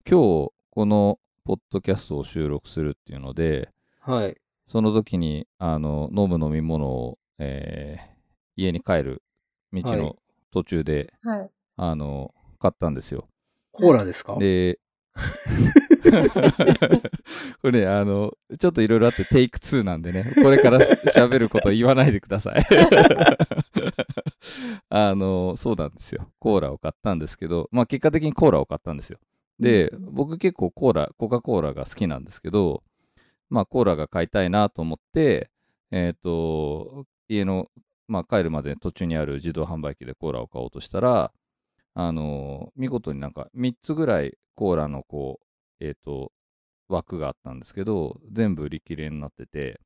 今日このポッドキャストを収録するっていうので、 はい。 その時に飲む飲み物を、家に帰る道はい。 の途中ではい。 買ったんですよ。 コーラですか？ でこれね、ちょっといろいろあってテイク2なんでね、これから喋ること言わないでください。そうなんですよ。コーラを買ったんですけど、まあ結果的にコーラを買ったんですよ。で、僕結構コカ・コーラが好きなんですけど、まあコーラが買いたいなと思って、家の、まあ帰るまで途中にある自動販売機でコーラを買おうとしたら、見事になんか3つぐらいコーラのこう、枠があったんですけど、全部売り切れになってて、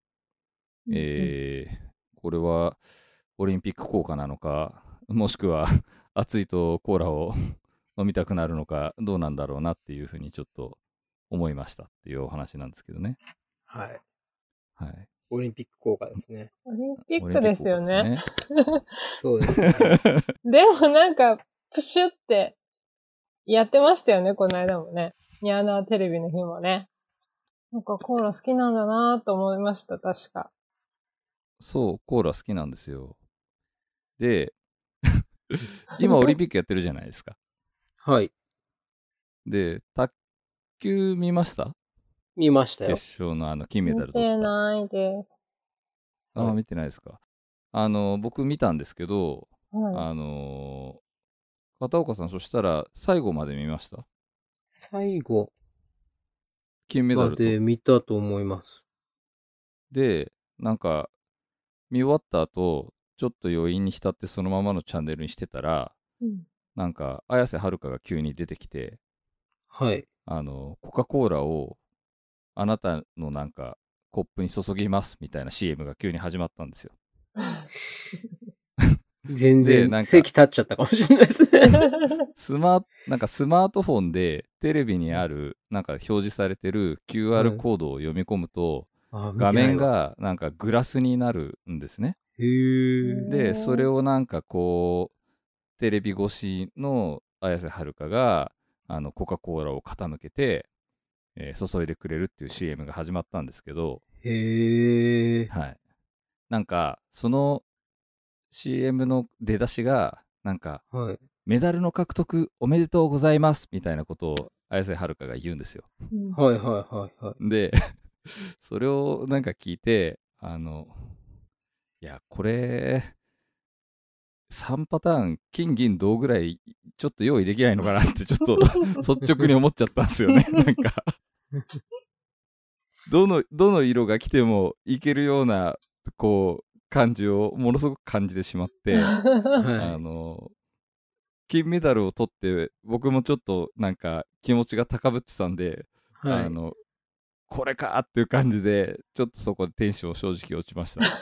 これはオリンピック効果なのか、もしくは暑いとコーラを飲みたくなるのか、どうなんだろうなっていうふうにちょっと思いましたっていうお話なんですけどね。 はい。 はい。 オリンピック効果ですね。 オリンピックですよね。 そうですね。 でもなんか、プシュってやってましたよね、この間もね。ニャーナーテレビの日もね。なんかコーラ好きなんだなと思いました、確か。 そう、コーラ好きなんですよ。で、今オリンピックやってるじゃないですか。 はい。 で、卓球見ました？ 見ましたよ。 決勝の金メダ見ル取った。 てないです。 ああ、見てないですか。僕見たんですけど、 はい。 片岡さん、そしたら最後まで見ました？ 最後金メダルと。 まで見たと思います。 で、なんか、見終わった後、ちょっと余韻に浸ってそのままのチャンネルにしてたら、なんか、綾瀬はるかが急に出てきて、 はい。 コカ・コーラをあなたのなんか、コップに注ぎますみたいな CM が急に始まったんですよ。で、 全然なんか、 席立っちゃったかもしれないですね。 なんかスマートフォンでテレビにある、なんか表示されてる QR はい。 コードを読み込むと、 見画面てないわ。 がなんかグラスになるんですね。 へー。 で、それをなんかこう、テレビ越しの綾瀬はるかが、コカ・コーラを傾けて、注いでくれるっていう CM が始まったんですけど、 へー。 はい。なんか、その CM の出だしが、なんか、 はい。 メダルの獲得おめでとうございますみたいなことを綾瀬はるかが言うんですよ。 はいはいはいはい。 で、それをなんか聞いて、いや、これ、3パターン、金銀銅ぐらい、ちょっと用意できないのかなって、ちょっと率直に思っちゃったんですよね。なんか、どの色が来てもいけるような、こう、感じをものすごく感じてしまって、 はい。 金メダルを取って、僕もちょっとなんか気持ちが高ぶってたんで、 はい。 これかっていう感じで、ちょっとそこでテンション正直落ちましたね。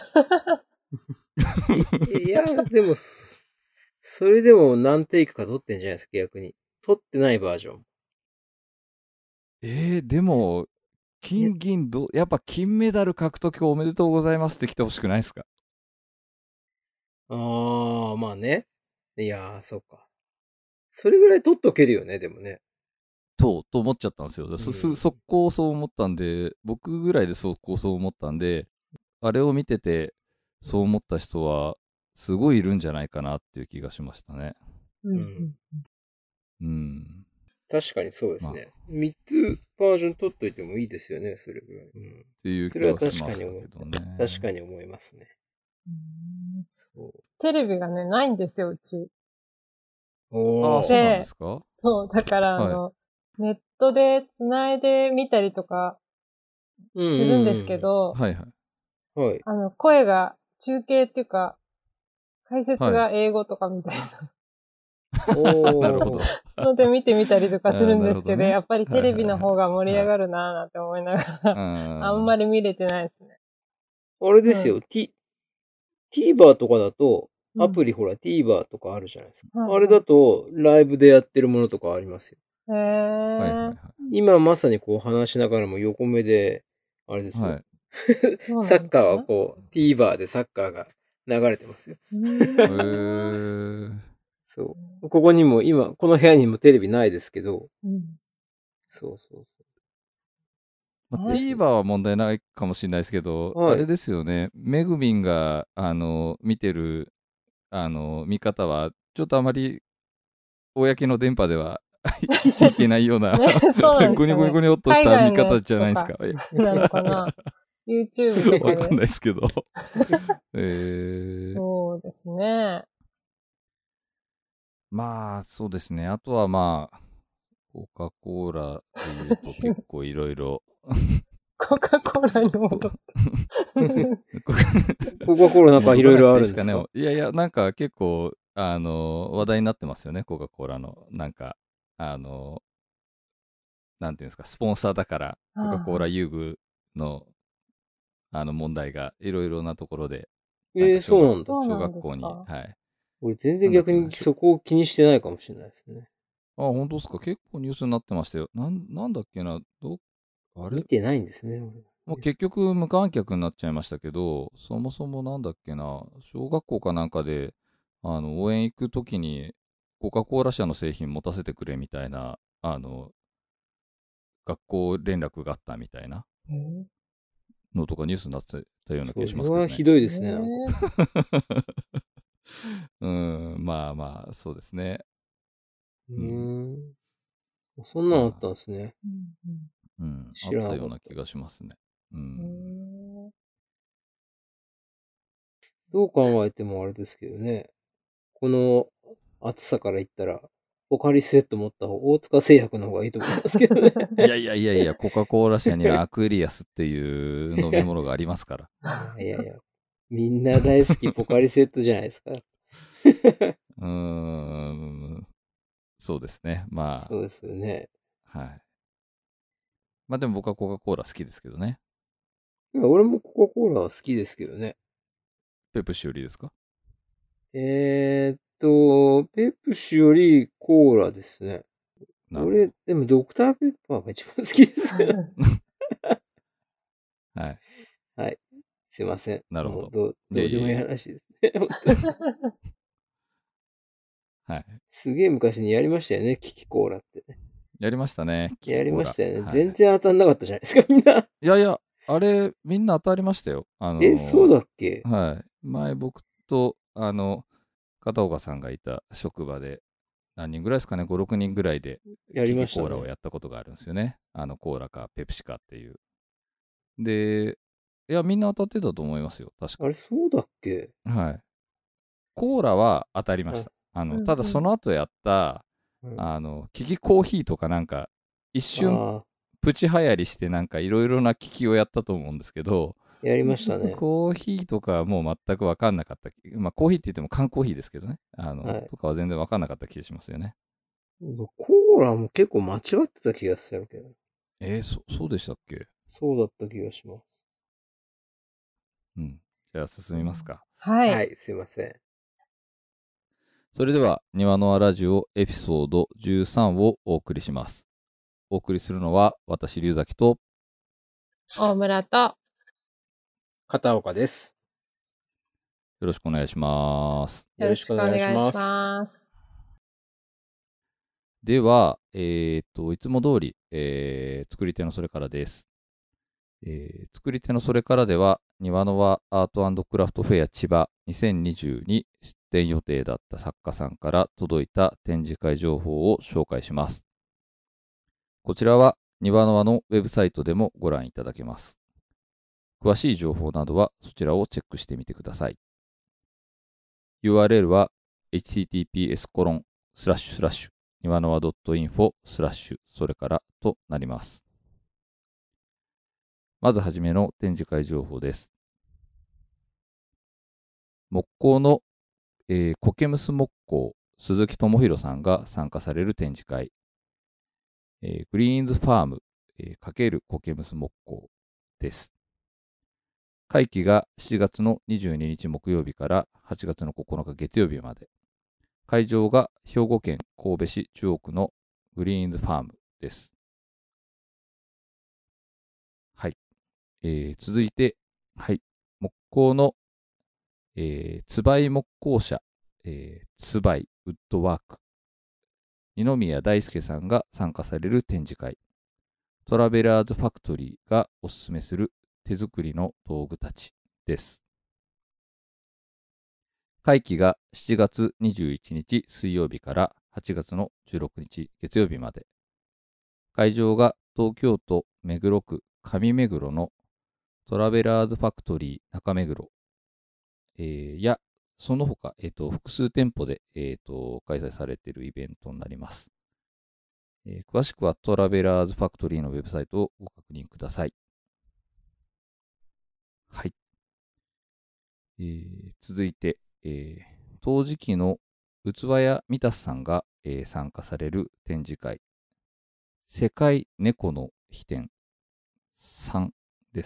いや、でも、それでも何テイクか撮ってんじゃないですか、逆に。撮ってないバージョン。 でも、金銀銅、やっぱ金メダル獲得おめでとうございますって来てほしくないですか？ まあね。いやー、そうか。それぐらい撮っとけるよね、でもね。 と思っちゃったんですよ。速攻そう思ったんで、僕ぐらいで速攻そう思ったんで、あれを見てて、そう思った人は、すごいいるんじゃないかなっていう気がしましたね。うん。 確かにそうですまあ、っね。3つバージョン撮っといてもいいですよね、それぐらい。 ていうそれは気はし確かにましたけど確ね。 かに思いますね。そう。 テレビがね、ないんですよ、うち。 ああ、 おー。 そうなんでで、 すか？ そう、だからはい。 ネットで繋いで見たりとかするんですけど、 はいはい。 はい。 声が中継っていうか、解説はい。 が英語とかみたいなるほど。 おー。 なので見てみたりとかするんなですけど、 るほどね。 やっぱりテレビの方が盛り上がるなぁなんて思いながら、あんまり見れてないですね。 あれですよ、TVer とかだと、アプリほら TVer とかあるじゃないですか。あれだと、ライブでやってるものとかありますよ。 はいはいはい。 今まさにこう話しながらも横目で、あれですよ。 はい。 サッカーはこう、TVer でサッカーが流れてますよ。そう。ここにも今、この部屋にもテレビないですけど、 そうそうまあ、 ね TVer は問題ないかもしれないですけど、 はいあれですよね、めぐみんが、見てる、見方は、ちょっとあまり、公の電波では言っていけないような、 ね、そうなんですゴニかね。 ョゴニョゴニョっとした見方じゃないですか。 なのかな。YouTube とかわかんないで。 ですけど。 そうですね。 まあ、そうですね。あとはまあ、コカ・コーラで言うと結構いろいろ。 コカ・コーラに戻って。 コカ・コーラなんかいろいろあるんですか？ いやいや、なんか結構、話題になってますよね、コカ・コーラの。なんか、なんていうんですか、スポンサーだから、コカ・コーラ遊具の、問題がいろいろなところで、なんかそうなんだ。 小そうなん学校に、 ですか。 はい。 俺全然逆にそこを気にしてないかもしれないですね。 あ、本当ですか。結構ニュースになってましたよ。なんだっけな、あれ見てないんですね。俺もう結局無観客になっちゃいましたけど、そもそもなんだっけな、小学校かなんかで、応援行くときに、コカ・コーラ社の製品持たせてくれみたいな、学校連絡があったみたいなのとかニュースになってたような気がしますけどね。 それはひどいですね。なんかまあまあ、そうですね。 そんなのあったんですね。 あ知らなかったったような気がしますね。 どう考えてもあれですけどね。この暑さから言ったら、ポカリスエット持った方、大塚製薬の方がいいと思いますけどね。 いやいやいやいや、コカ・コーラ社にはアクエリアスっていう飲み物がありますから。 いやいや、みんな大好きポカリスエットじゃないですか。 そうですね。まあ、 そうですよね。 はい。まあでも僕はコカ・コーラ好きですけどね。 俺もコカ・コーラは好きですけどね。 ペプシよりですか？ ペプシよりコーラですね。 なる俺、でもドクターペッパーが一番好きですけど。 はい。 はい。すいません。 なるほど。 どうでもいい話ですね。本当にはい。 すげえ昔にやりましたよね、キキコーラってね。 やりましたね。キキやりコーラ。 ましたよね。 はい、 全然当たんなかったじゃないですか、みんな。 いやいや、あれ、みんな当たりましたよ。 そうだっけ？ はい。前僕と、片岡さんがいた職場で、何人ぐらいですかね、5、6人ぐらいで、 やりましたね。 キキコーラをやったことがあるんですよね。コーラかペプシかっていう。で、いや、みんな当たってたと思いますよ。確か。 あれ、そうだっけ？ はい。コーラは当たりました。ただその後やった、キキコーヒーとかなんか、一瞬、プチ流行りしてなんかいろいろな機器をやったと思うんですけど、 やりましたね。 コーヒーとかはもう全く分かんなかった。まあコーヒーって言っても缶コーヒーですけどね。とかは全然分かんなかった気がしますよね。 コーラも結構間違ってた気がするけど。 そうでしたっけ？ そうだった気がします。 じゃあ進みますか。 はい。 すいません。 それでは、庭の輪ラジオエピソード13をお送りします。お送りするのは、私、龍崎と、 大村と、 片岡です。 よろしくお願いします。 よろしくお願いします。 では、いつも通り、作り手のそれからです。作り手のそれからでは、庭の輪アート&クラフトフェア千葉2020に出展予定だった作家さんから届いた展示会情報を紹介します。こちらは庭の輪のウェブサイトでもご覧いただけます。詳しい情報などはそちらをチェックしてみてください。URL は https:// 庭の輪 .info/ それからとなります。まずはじめの展示会情報です。木工の、コケムス木工鈴木智弘さんが参加される展示会、グリーンズファーム、×コケムス木工です。会期が7月の22日木曜日から8月の9日月曜日まで。会場が兵庫県神戸市中央区のグリーンズファームです。はい。続いて、はい。木工の、つばい木工社、つばいウッドワーク。二宮大輔さんが参加される展示会。 トラベラーズファクトリーがおすすめする手作りの道具たちです。会期が7月21日水曜日から8月の16日月曜日まで。会場が東京都目黒区上目黒のトラベラーズファクトリー中目黒、や、その他、複数店舗で、開催されているイベントになります。詳しくはトラベラーズファクトリーのウェブサイトをご確認ください。はい。続いて、陶磁器の器屋ミタスさんが、参加される展示会、世界猫の飛展3です。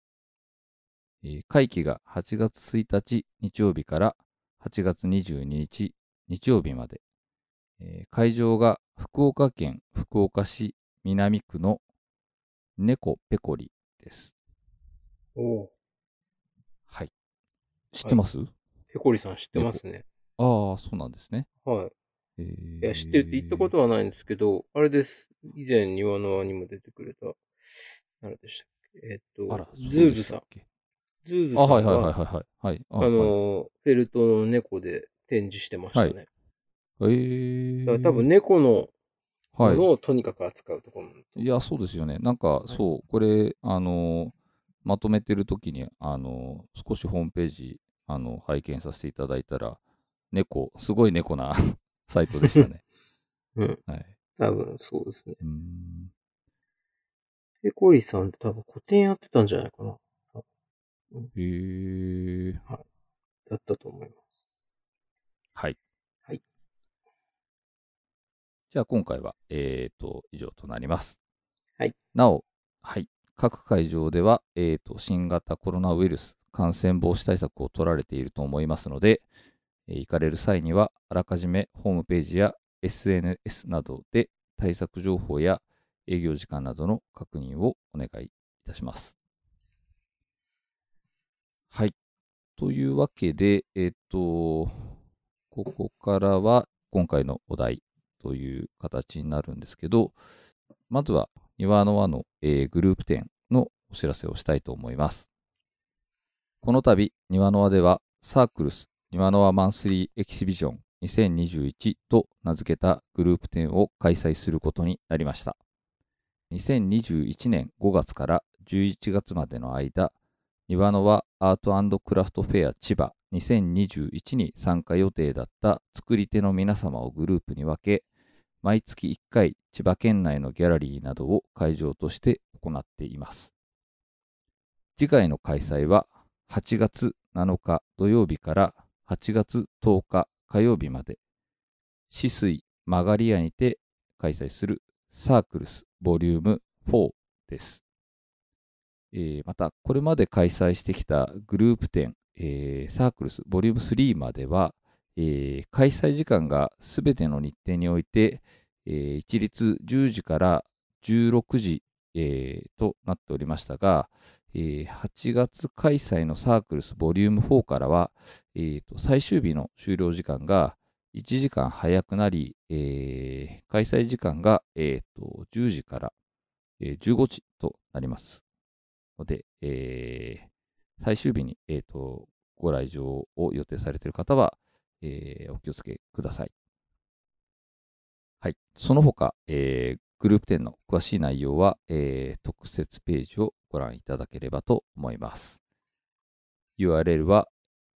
会期が8月1日日曜日から8月22日日曜日まで。会場が福岡県福岡市南区の猫ペコリです。 おー。 はい。知ってます？ ペコリさん知ってますね。 ああ、そうなんですね。 はい。いや、知ってるって言ったことはないんですけど、あれです。以前庭の輪にも出てくれた、誰でしたっけ？ あら、 ズーズさん。ズーズさんはいはいはいが、 はいはい。はい。 フェルトの猫で展示してましたね。 はい。 だから多分猫のもはい。 のをとにかく扱うところなんだと思いや、そうですよね。なんか、 いそう、これ、まとめてるときに、少しホームページ、拝見させていただいたら、すごい猫なサイトでしたね。 うん。 はい。 多分そうですね。 うーん。 ペコリさんって多分個展やってたんじゃないかな。 へー。 だったと思います。 はい。 はい。 じゃあ、今回は、以上となります。 はい。 なお、はい。各会場では、新型コロナウイルス感染防止対策を取られていると思いますので、行かれる際には、あらかじめホームページや SNS などで対策情報や営業時間などの確認をお願いいたします。はい。というわけで、ここからは今回のお題という形になるんですけど、まずは庭の輪の、グループ展のお知らせをしたいと思います。この度、庭の輪ではサークルス庭の輪マンスリーエキシビジョン2021と名付けたグループ展を開催することになりました。2021年5月から11月までの間、庭の輪アート&クラフトフェア千葉2021に参加予定だった作り手の皆様をグループに分け、毎月1回千葉県内のギャラリーなどを会場として行っています。次回の開催は8月7日土曜日から8月10日火曜日まで、止水曲がり屋にて開催するサークルスボリューム4です。また、これまで開催してきたグループ展、サークルスボリューム3までは、開催時間がすべての日程において、一律10時から16時、となっておりましたが、8月開催のサークルスボリューム4からは、最終日の終了時間が1時間早くなり、開催時間が、10時から、15時となりますので、最終日に、ご来場を予定されている方は、お気をつけください。はい。その他、グループ展の詳しい内容は、特設ページをご覧いただければと思います。URL は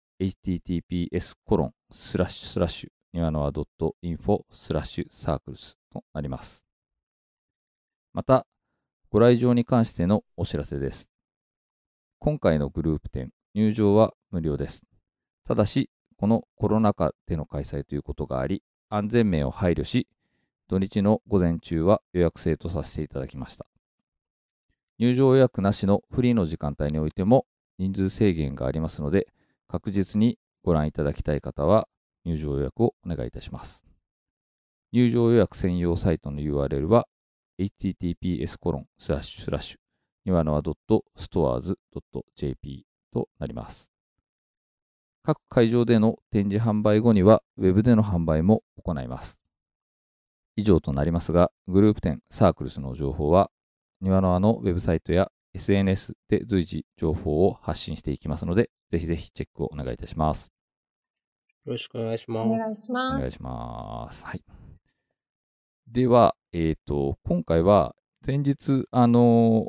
https:// 庭の輪 .info/circles となります。また、ご来場に関してのお知らせです。今回のグループ展、入場は無料です。ただし、このコロナ禍での開催ということがあり、安全面を配慮し、土日の午前中は予約制とさせていただきました。入場予約なしのフリーの時間帯においても人数制限がありますので、確実にご覧いただきたい方は入場予約をお願いいたします。入場予約専用サイトの URL は https:// 庭の輪 .stores.jp となります。各会場での展示販売後には Web での販売も行います。以上となりますが、グループ展サークルスの情報は庭の輪のウェブサイトや SNS で随時情報を発信していきますので、ぜひぜひチェックをお願いいたします。 よろしくお願いします。 お願いします。 お願いします。はい。では、今回は前日、だいたい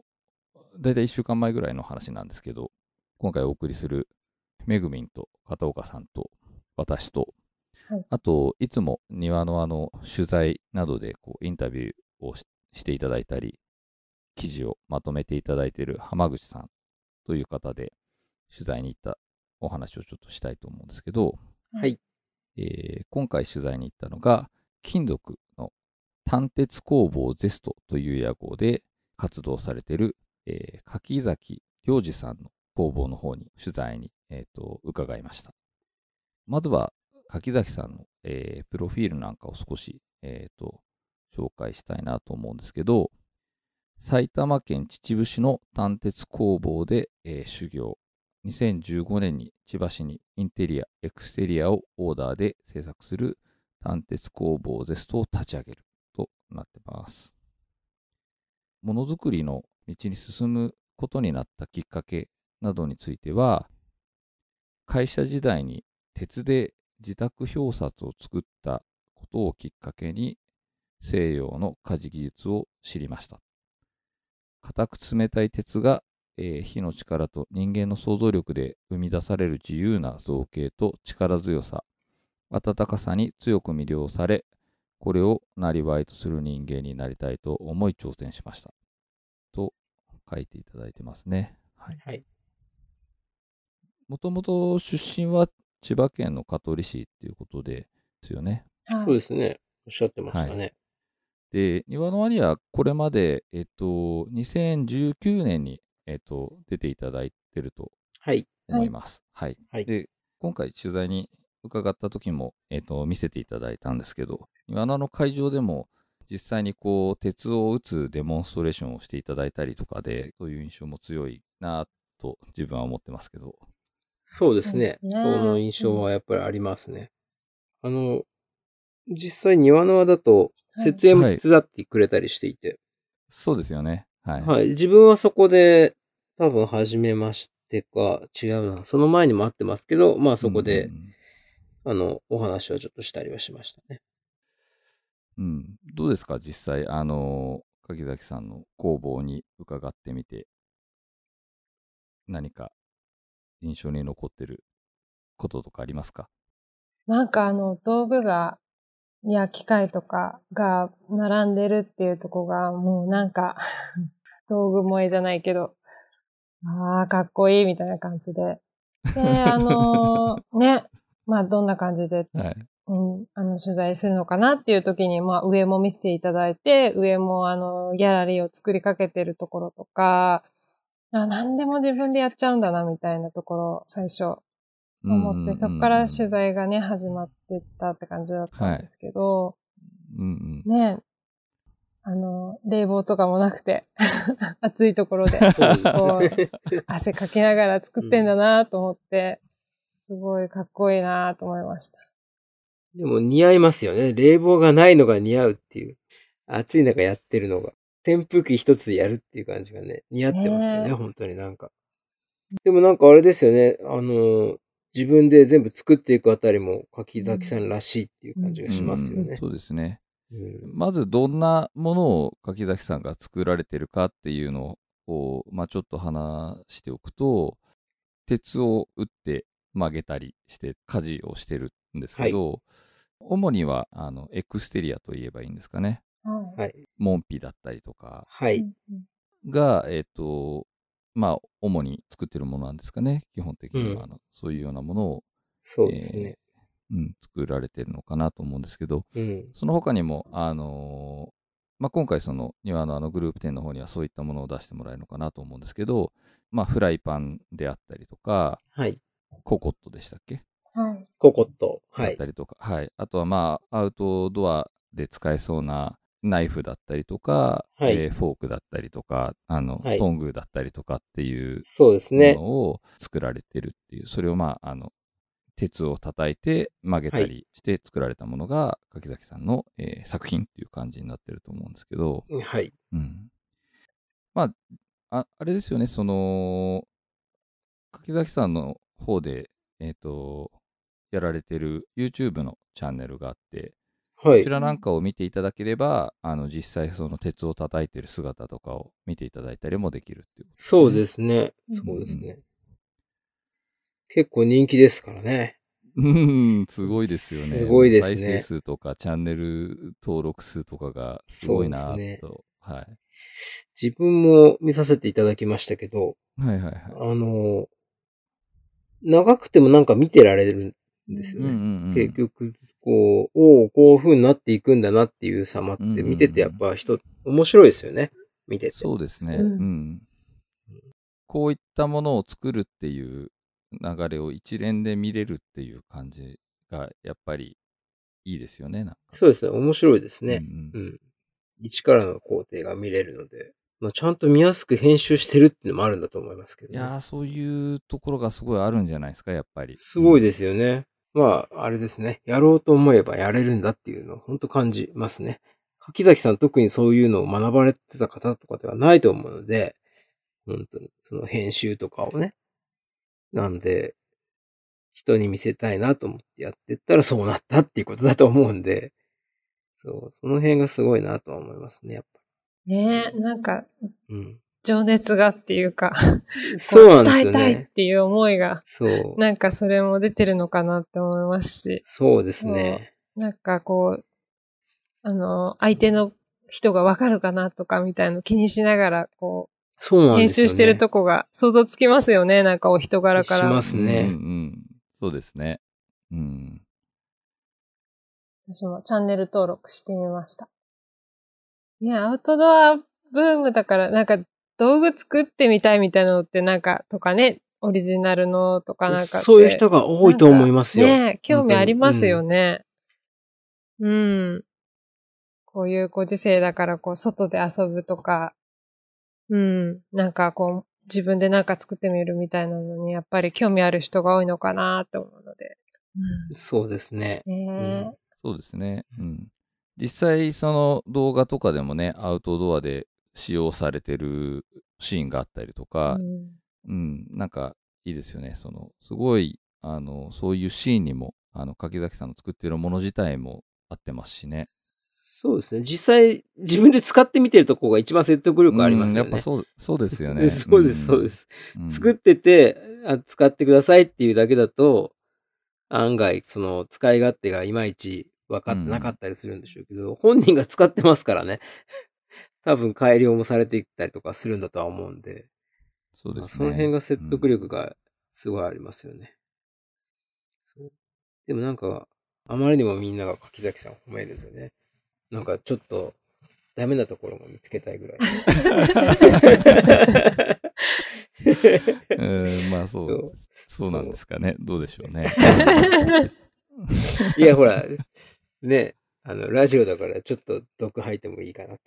1週間前ぐらいの話なんですけど、今回お送りするめぐみんと片岡さんと私と、 はい、 あと、いつも庭の取材などでインタビューをしていただいたり、記事をまとめていただいている浜口さんという方で取材に行ったお話をちょっとしたいと思うんですけど、 はい。 今回取材に行ったのが、金属の単鉄工房ゼストという屋号で活動されている、柿崎良二さんの工房の方に取材に、伺いました。まずは柿崎さんの、プロフィールなんかを少し、紹介したいなと思うんですけど、埼玉県秩父市の単鉄工房で、修行。2015年に千葉市にインテリア、エクステリアをオーダーで制作する単鉄工房ゼストを立ち上げるとなってます。ものづくりの道に進むことになったきっかけなどについては、会社時代に鉄で自宅表札を作ったことをきっかけに西洋の鍛冶技術を知りました。硬く冷たい鉄が、火の力と人間の想像力で生み出される自由な造形と力強さ、温かさに強く魅了され、これを生りとする人間になりたいと思い挑戦しました。と書いていただいてますね。はい。もともと出身は千葉県の香取市っていうことですよね。 はい、 そうですね。おっしゃってましたね。 で、庭の輪にはこれまで、2019年に、出ていただいてると思います。はい。で、今回取材に伺った時も、見せていただいたんですけど、庭の輪の会場でも実際に鉄を打つデモンストレーションをしていただいたりとかで、そういう印象も強いなと自分は思ってますけど。 そうですね。その印象はやっぱりありますね。実際庭の輪だと設営も手伝ってくれたりしていて。 そうですよね。 はい。自分はそこで多分初めましてか、違うな。その前にも会ってますけど、まあそこで、お話はちょっとしたりはしましたね。 どうですか実際、柿崎さんの工房に伺ってみて、何か印象に残ってることとかありますか？ なんか道具や機械とかが並んでるっていうとこが、もうなんか道具萌えじゃないけど、ああ、かっこいいみたいな感じで。で、ね、まあどんな感じで、取材するのかなっていう時に、まあ上も見せていただいて、上もギャラリーを作りかけてるところとか、何でも自分でやっちゃうんだなみたいなところ、最初思って、そこから取材がね、始まってったって感じだったんですけど、ね、冷房とかもなくて、暑いところで、汗かきながら作ってんだなと思って、すごいかっこいいなと思いました。 でも似合いますよね。冷房がないのが似合うっていう。暑い中やってるのが。扇風機一つでやるっていう感じがね、似合ってますよね、本当になんか。でもなんかあれですよね、自分で全部作っていくあたりも柿崎さんらしいっていう感じがしますよね。 そうですね。まずどんなものを柿崎さんが作られてるかっていうのを、ちょっと話しておくと、鉄を打って曲げたりして鍛冶をしてるんですけど、主にはエクステリアと言えばいいんですかね。門扉だったりとかが、主に作ってるものなんですかね。基本的にはそういうようなものを、 そうですね。 作られてるのかなと思うんですけど、その他にも、今回その庭のグループ展の方にはそういったものを出してもらえるのかなと思うんですけど、フライパンであったりとか、ココットでしたっけ？ ココット。 だったりとか、あとはアウトドアで使えそうなナイフだったりとか、フォークだったりとか、トングだったりとかっていうものを作られてるっていう、それを鉄を叩いて曲げたりして作られたものが柿崎さんの、作品っていう感じになってると思うんですけど、 まあれですよね、柿崎さんの方で、やられてる YouTube のチャンネルがあって、 はい。 こちらなんかを見ていただければ、実際その鉄を叩いてる姿とかを見ていただいたりもできるっていうことですね。 そうですね。 うんそうですね。結構人気ですからね。 すごいですよね。 すごいです再生ね。 数とかチャンネル登録数とかがすそうごいなぁですね。 と。はい。 自分も見させていただきましたけど、 はいはいはい。 長くてもなんか見てられるんですようんうんね。 うん。 結局、こう、おお、こういう風になっていくんだなっていう様っうんうんうて見ててやっん。 ぱ面白いですよね。見てて。 そうですね。 うんうん。こういったものを作るっていう流れを一連で見れるっていう感じがやっぱりいいですよね、なんか。 そうですね。面白いですうんうね。 ん。 一からの工程が見れるので、まあ、ちゃんと見やすく編集してるっていうのもあるんだと思いますけどね。 いやー、そういうところがすごいあるんじゃないですか、やっぱり。 すごいですよね。まあ、あれですね。やろうと思えばやれるんだっていうのを本当感じますね。柿崎さん特にそういうのを学ばれてた方とかではないと思うので、本当に、その編集とかをね。なんで、人に見せたいなと思ってやってったらそうなったっていうことだと思うんで、そう、その辺がすごいなとは思いますね、やっぱねえ、なんか、 り。うん。 情熱がっていうか、こう、 そうなんですよ伝えたいっね。 ていう思いが、 そう。 なんかそれも出てるのかなって思いますし、 そうですこね。 う、なんかこう、相手の人がわかるかなとかみたいの気にしながら、こう、 そうなんです編集してるよね。 とこが想像つきますよね。なんかお人柄かしまら。 すね。 うん。そうですね。うん。 私もチャンネル登録してみました。ね、アウトドアブームだから、なんか道具作ってみたいみたいなのってなんか、とかね、オリジナルのとかなんかっそういうて、 人が多いと思いなんかますよ。 ね、興味本当に。 ありますよね。うん。こういうご時世だからこう外で遊ぶとか、うん。なんかこう、自分でなんか作ってみるみたいなのに、やっぱり興味ある人が多いのかなって思うので。 そうですね。 うん。ねえ。 そうですね。うん。実際、その動画とかでもね、アウトドアで使用されてるシーンがあったりとか、 うん。 なんかいいですよね。すごい、そういうシーンにも、柿崎さんの作ってるもの自体も合ってますしね。 そうですね。実際、自分で使ってみてるとこが一番説得力ありますやよね。 っぱそうですよね。 そうです、そうです。作っうん。 てて使ってくださいっていうだけだと、案外、その、使い勝手がいまいち分かってなかったりするんでしょうけど、本人が使ってますからね。多分改良もされていったりとかするんだとは思うんで、 そうでまあ、 すね。 その辺が説得力がすごいありますよね。そう。でもなんか、あまりにもみんなが柿崎さんを褒めるんでね、なんかちょっとダメなところも見つけたいぐらい。 まあそうそうなんですかね。どうでしょうね。 いや、ほら、ね、ラジオだからちょっと毒吐いてもいいかなと。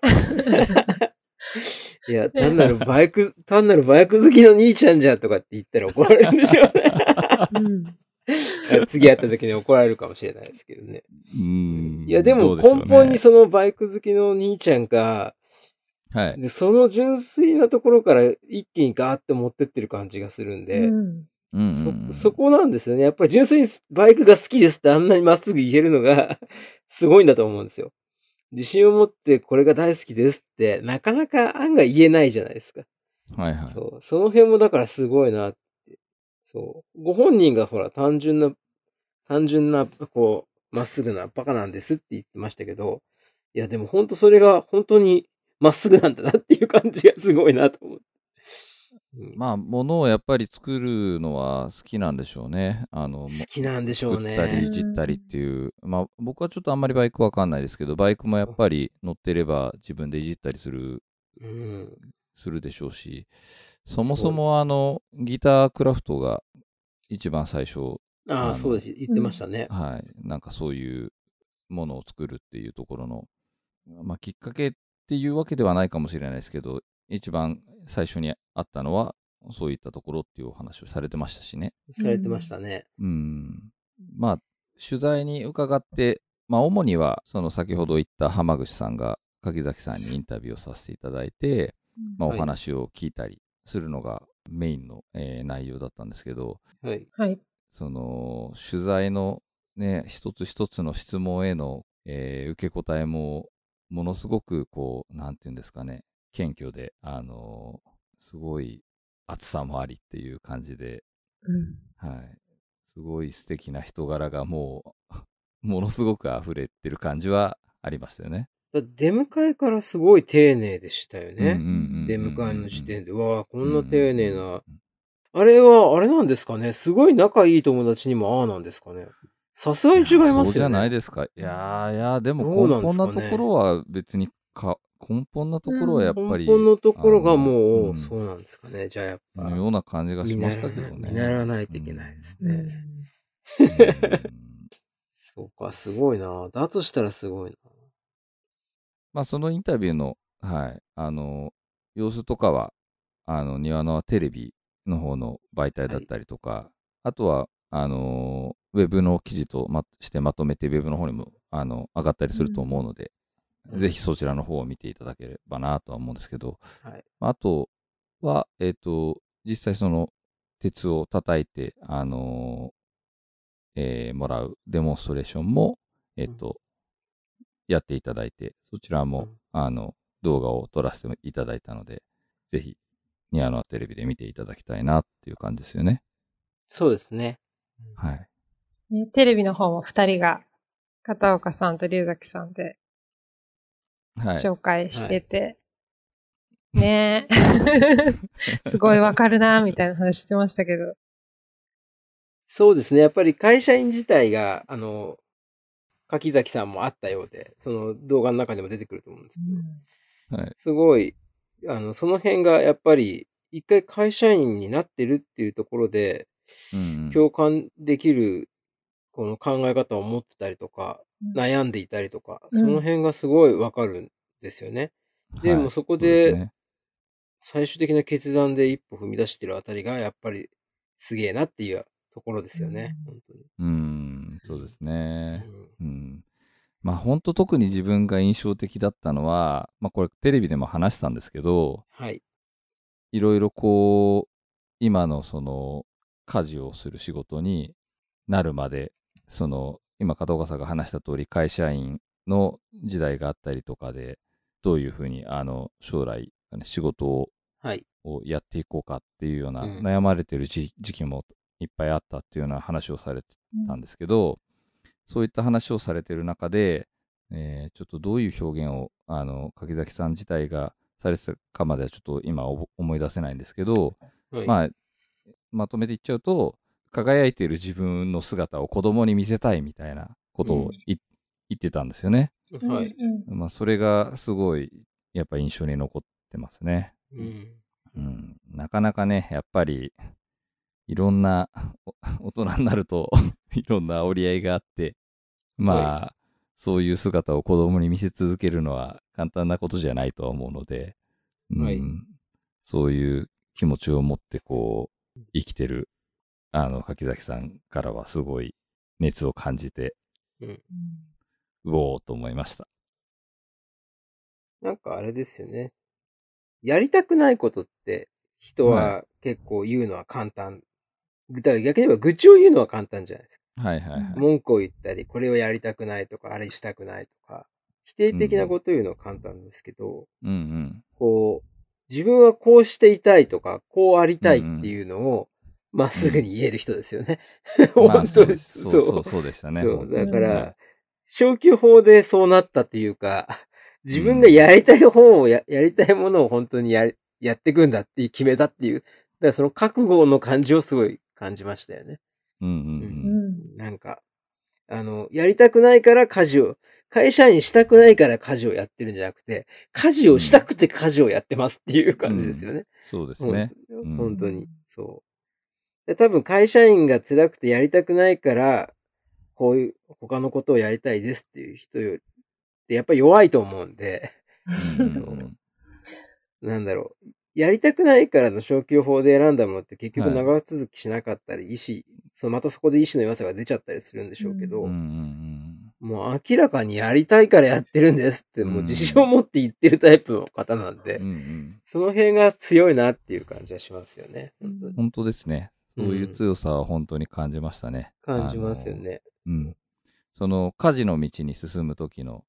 いや、単なるバイク好きの兄ちゃんじゃとかって言ったら怒られるんでしょうね。次会った時に怒られるかもしれないですけどね。いや、でも根本にそのバイク好きの兄ちゃんが、 はい。 で、その純粋なところから一気にガーって持ってってる感じがするんで、そこなんですよね。やっぱり純粋にバイクが好きですってあんなにまっすぐ言えるのがすごいんだと思うんですよ。自信を持ってこれが大好きですってなかなか案外言えないじゃないですか。 はいはい。 そう。その辺もだからすごいなって。そう。ご本人がほら単純な、こう、まっすぐなバカなんですって言ってましたけど、いやでも本当それが本当にまっすぐなんだなっていう感じがすごいなと思って。 まあ、ものをやっぱり作るのは好きなんでしょうね。 好きなんでしょうね。 作ったりいじったりっていう。まあ、僕はちょっとあんまりバイクわかんないですけど、バイクもやっぱり乗ってれば自分でいじったりするでしょうし、そもそもギタークラフトが一番最初、 ああ、そうです。言ってましたね。 はい。なんかそういうものを作るっていうところの、まあ、きっかけっていうわけではないかもしれないですけど、一番最初にあったのは、そういったところっていうお話をされてましたしね。 されてましたね。 まあ、取材に伺って、まあ、主には、その先ほど言った浜口さんが柿崎さんにインタビューをさせていただいて、 おはい話を聞いたりするのがメインの、内容だったんですけど、 はい。 はい。 その取材のね、一つ一つの質問への、受け答えも、ものすごくこう、なんていうんですかね、謙虚で、すごい熱さもありっていう感じで、 うん。 はい。すごい素敵な人柄がもう、ものすごく溢れてる感じはありましたよね。 出迎えからすごい丁寧でしたようんうんうんね。 うん出迎えの時点で。わあ、こんなうんうん丁寧な。あれは、あれなんですかね。すごい仲いい友達にもああなんですかね。さすがに違いますよそうじゃないね。 ですか。いや、でも根どうなんです本なとこかね。 ろは別に根本なところはやっぱ根本り、 のところがもう、 ん、 そうなんですかね。じゃあやっぱ、 のような感じがしましたけど見習わね。 ないといけないですうね。 ん。 うん。 そうか、すごいな。だとしたらすごいな。 まあ、そのインタビューの、はい、様子とかは、庭のテレビの方の媒体はい。 だったりとか、あとは、ウェブの記事としてまとめて、ウェブの方にも、上がったりすると思うので、ぜひそちらの方を見ていただければなとは思うんですけど、 はい。 あとは、実際その、鉄を叩いて、もらうデモンストレーションも、やっていただいて、そちらも、 うん、 動画を撮らせていただいたので、ぜひ、ニアノアテレビで見ていただきたいなっていう感じですよね。 そうですね。 はい。 ねテレビの方も二人が、片岡さんと龍崎さんではい。 紹介してて、ねえ。すごいわかるな、みたいな話してましたけど。 そうですね。やっぱり会社員自体が、柿崎さんもあったようで、その動画の中でも出てくると思うんですけど、 はい。 すごい、その辺がやっぱり、一回会社員になってるっていうところで、 うんうん。 共感できる、この考え方を持ってたりとか、悩んでいたりとか、その辺がすごいわかるんですよね。ではい。 もそこで、 そうですね。 最終的な決断で一歩踏み出してるあたりが、やっぱりすげえなっていうところですよね。本当に。 そうですね。 うんうん。まあ、本当特に自分が印象的だったのは、まあ、これテレビでも話したんですけど、 はい。 いろいろこう、今のその、家事をする仕事になるまで、その、今、片岡さんが話した通り、会社員の時代があったりとかで、どういうふうに、将来、仕事はい。 をやっていこうかっていうような、 うん。 悩まれてる時期もいっぱいあったっていうような話をされてたんですけど、そういった話をされてる中で、ちょっとどういう表現を、柿崎さん自体がされてたかまではちょっと今思い出せないんですけど、 はい。 まあ、まとめて言っちゃうと、輝いている自分の姿を子供に見せたいみたいなことを言ってたんですよね。 はい。 まあ、それがすごい、やっぱ印象に残ってますね。 うん。 うん、なかなかね、やっぱり、いろんな、大人になるといろんな折り合いがあって、 はい。 まあ、そういう姿を子供に見せ続けるのは簡単なことじゃないとは思うので、うはい。 ん、そういう気持ちを持ってこう、生きてる、柿崎さんからはすごい熱を感じて、 うん。 うおーと思いました。 なんかあれですよね。やりたくないことって人はい。 は結構言うのは簡単。逆に言えば愚痴を言うのは簡単じゃないですか。 はいはいはい。 文句を言ったり、これをやりたくないとか、あれしたくないとか、否定的なうんことを言うのは簡単ですけど、 うん。うんこう、自分はこうしていたいとか、こうありうん。うんたいっていうのを、まっうん。うん。 すぐに言える人ですよね。 まあ本当に、 そうです。そうそう。 そうそうでしたね、 そう。 本当に。 だから、 はい。 消去法でそうなったっていうか、 う自分がん。 やりたい方をやりたいものを本当にやっていくんだっていう決めたっていう、だからその覚悟の感じをすごい感じましたよね。 うんうんううん。 ん。なんか、やりたくないから家事を、会社員したくないから家事をやってるんじゃなくて、家事をしたうん。 くて家事をやってますっていう感じですうん。 よね。 そうですほんね。うん。 本当に。そう。で多分会社員が辛くてやりたくないから、こういう他のことをやりたいですっていう人よりってやっぱり弱いと思うんで、 うんうんうそん。 う。なんだろう。やりたくないからの消去法で選んだものって結局はい。 長続きしなかったり、またそこで意志の弱さが出ちゃったりするんでしょうけうんうんうど、 ん。 もう明らかにやりたいからやってるんですって、もう自信を持って言ってるタイプの方なんで、 うんうん。 その辺が強いなっていう感じはしますよね。 うん本当に本当ですね。そういう強さは本当に感じましたね。 感じますよね。 うん。その家事の道に進む時の、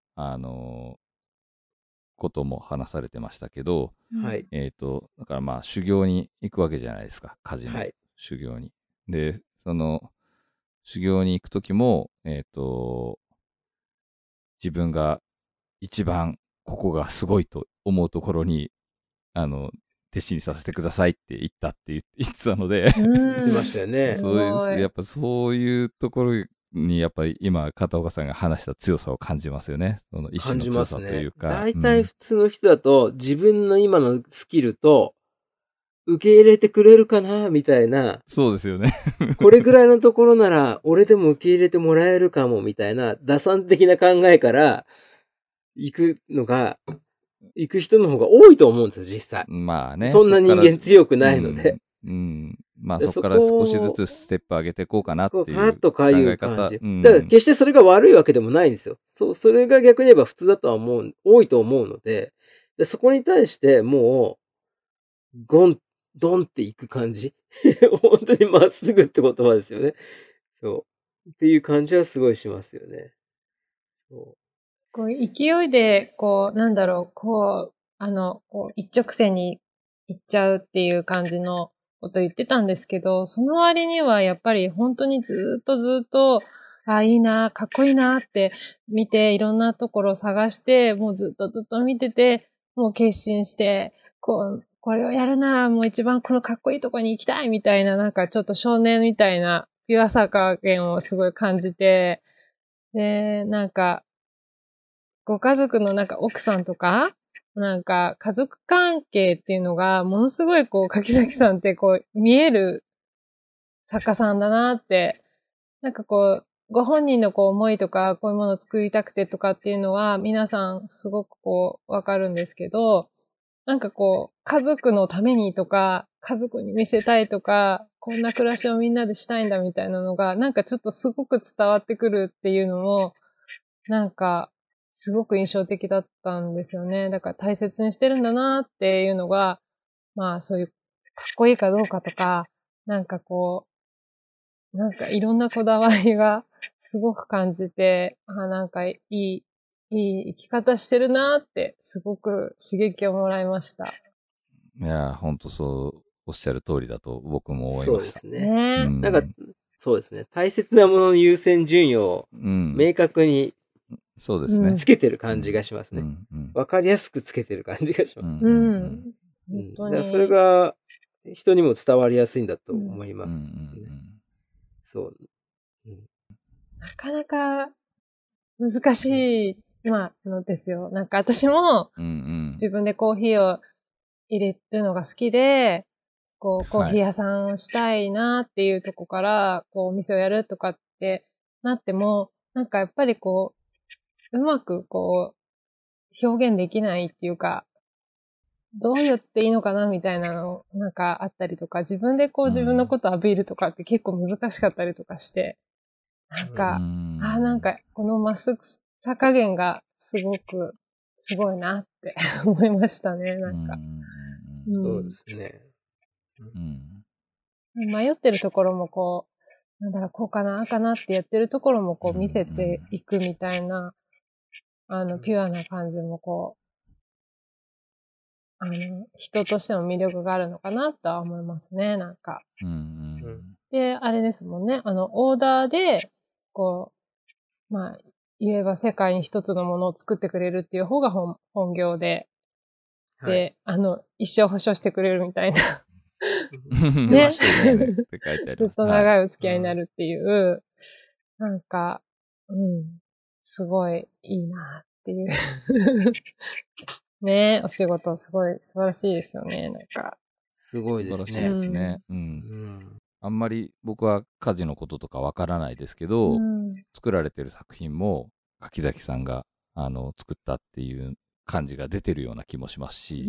ことも話されてましたけど、 はい。 だからまあ修行に行くわけじゃないですか。家事のはい。 修行に。で、その修行に行く時も、自分が一番ここがすごいと思うところに、弟子にさせてくださいって言ったって言ってたので、 言ってましたよね。 すそういう、やごい。 っぱそういうところに、やっぱり今、片岡さんが話した強さを感じますよね。その意志感じまの強さといすね。 うか。 大体普通の人だと、自分の今のスキルと、受け入れてくれるかなみたいな、 そうですよね。 これぐらいのところなら、俺でも受け入れてもらえるかも、みたいな、打算的な考えから、行くのが、行く人の方が多いと思うんですよ、実際。 まあね、 そんな人間強くないので。 まあでそそこから少しずこを、 つステップ上げていこうかなっこう、 ていうカーッとか考いうえ方。 感じ。だから決してそれが悪いわけでもないんですよ。それが逆に言えば普通だとは思う、多いと思うので、そこに対してもう、ゴン、ドンっていく感じ。本当にまっすぐって言葉ですよね。そう。っていう感じはすごいしますよね。そこう勢いで、一直線に行っちゃうっていう感じのこと言ってたんですけど、その割にはやっぱり本当にずっと、あ、いいな、かっこいいなって見て、いろんなところを探して、もうずっと見てて、もう決心して、これをやるならもう一番このかっこいいところに行きたいみたいな、なんかちょっと少年みたいなピュアさ加減をすごい感じて、で、なんか、ご家族の奥さんとか、家族関係っていうのが、ものすごい柿崎さんって見える作家さんだなって、ご本人の思いとか、こういうものを作りたくてとかっていうのは、皆さんすごくわかるんですけど、家族のためにとか、家族に見せたいとか、こんな暮らしをみんなでしたいんだみたいなのが、ちょっとすごく伝わってくるっていうのも、なんか、すごく印象的だったんですよね。だから大切にしてるんだなっていうのが、まあそういうかっこいいかどうかとか、いろんなこだわりがすごく感じて、いい生き方してるなってすごく刺激をもらいました。 いや、ほんとそうおっしゃる通りだと僕も思いました。 そうですね。 ねそうですね。大切なものの優先順位を明確にそうですね。 つけてる感じがしますね。わかりやすくつけてる感じがします。 本当に。 だからそれが人にも伝わりやすいんだと思いますね。そう。 なかなか難しい、のですよ。私も自分でコーヒーを入れるのが好きで、コーヒー屋さんをしたいなっていうとこから、お店をやるとかってなっても、やっぱりうまく表現できないっていうか、どう言っていいのかなみたいなの、あったりとか、自分で自分のことをアピールとかって結構難しかったりとかして、このまっすぐさ加減がすごいなって思いましたね、 そうですね。 迷ってるところもこうかな、ああかなってやってるところも見せていくみたいな、ピュアな感じも人としての魅力があるのかなとは思いますね、で、あれですもんね、オーダーで、言えば世界に一つのものを作ってくれるっていう方が本業で、で、一生保証してくれるみたいな。ね。ずっと長いお付き合いになるっていう、すごいいいなっていう。ね、お仕事すごい素晴らしいですよね、 すごいですね。 素晴らしいですね。あんまり僕は家事のこととかわからないですけど、作られてる作品も柿崎さんが作ったっていう感じが出てるような気もしますし。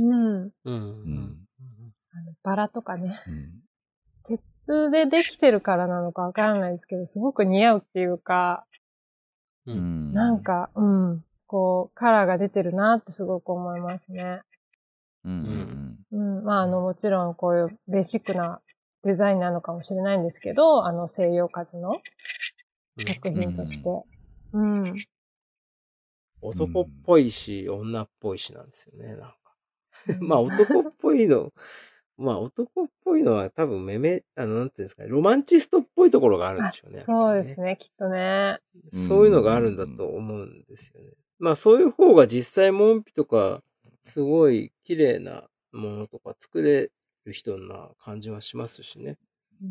バラとかね。鉄でできてるからなのかわからないですけど、すごく似合うっていうか、 なんか、こう、カラーが出てるなってすごく思いますね。まあ、もちろんこういうベーシックなデザインなのかもしれないんですけど、西洋風の作品として。 男っぽいし、女っぽいしなんですよね、なんか。まあ男っぽいのは多分なんていうんですかね、ロマンチストっぽいところがあるんでしょうね。 そうですね、きっとね。 そういうのがあるんだと思うんですよね。まあそういう方が実際モンピとか、すごい綺麗なものとか作れる人な感じはしますしね。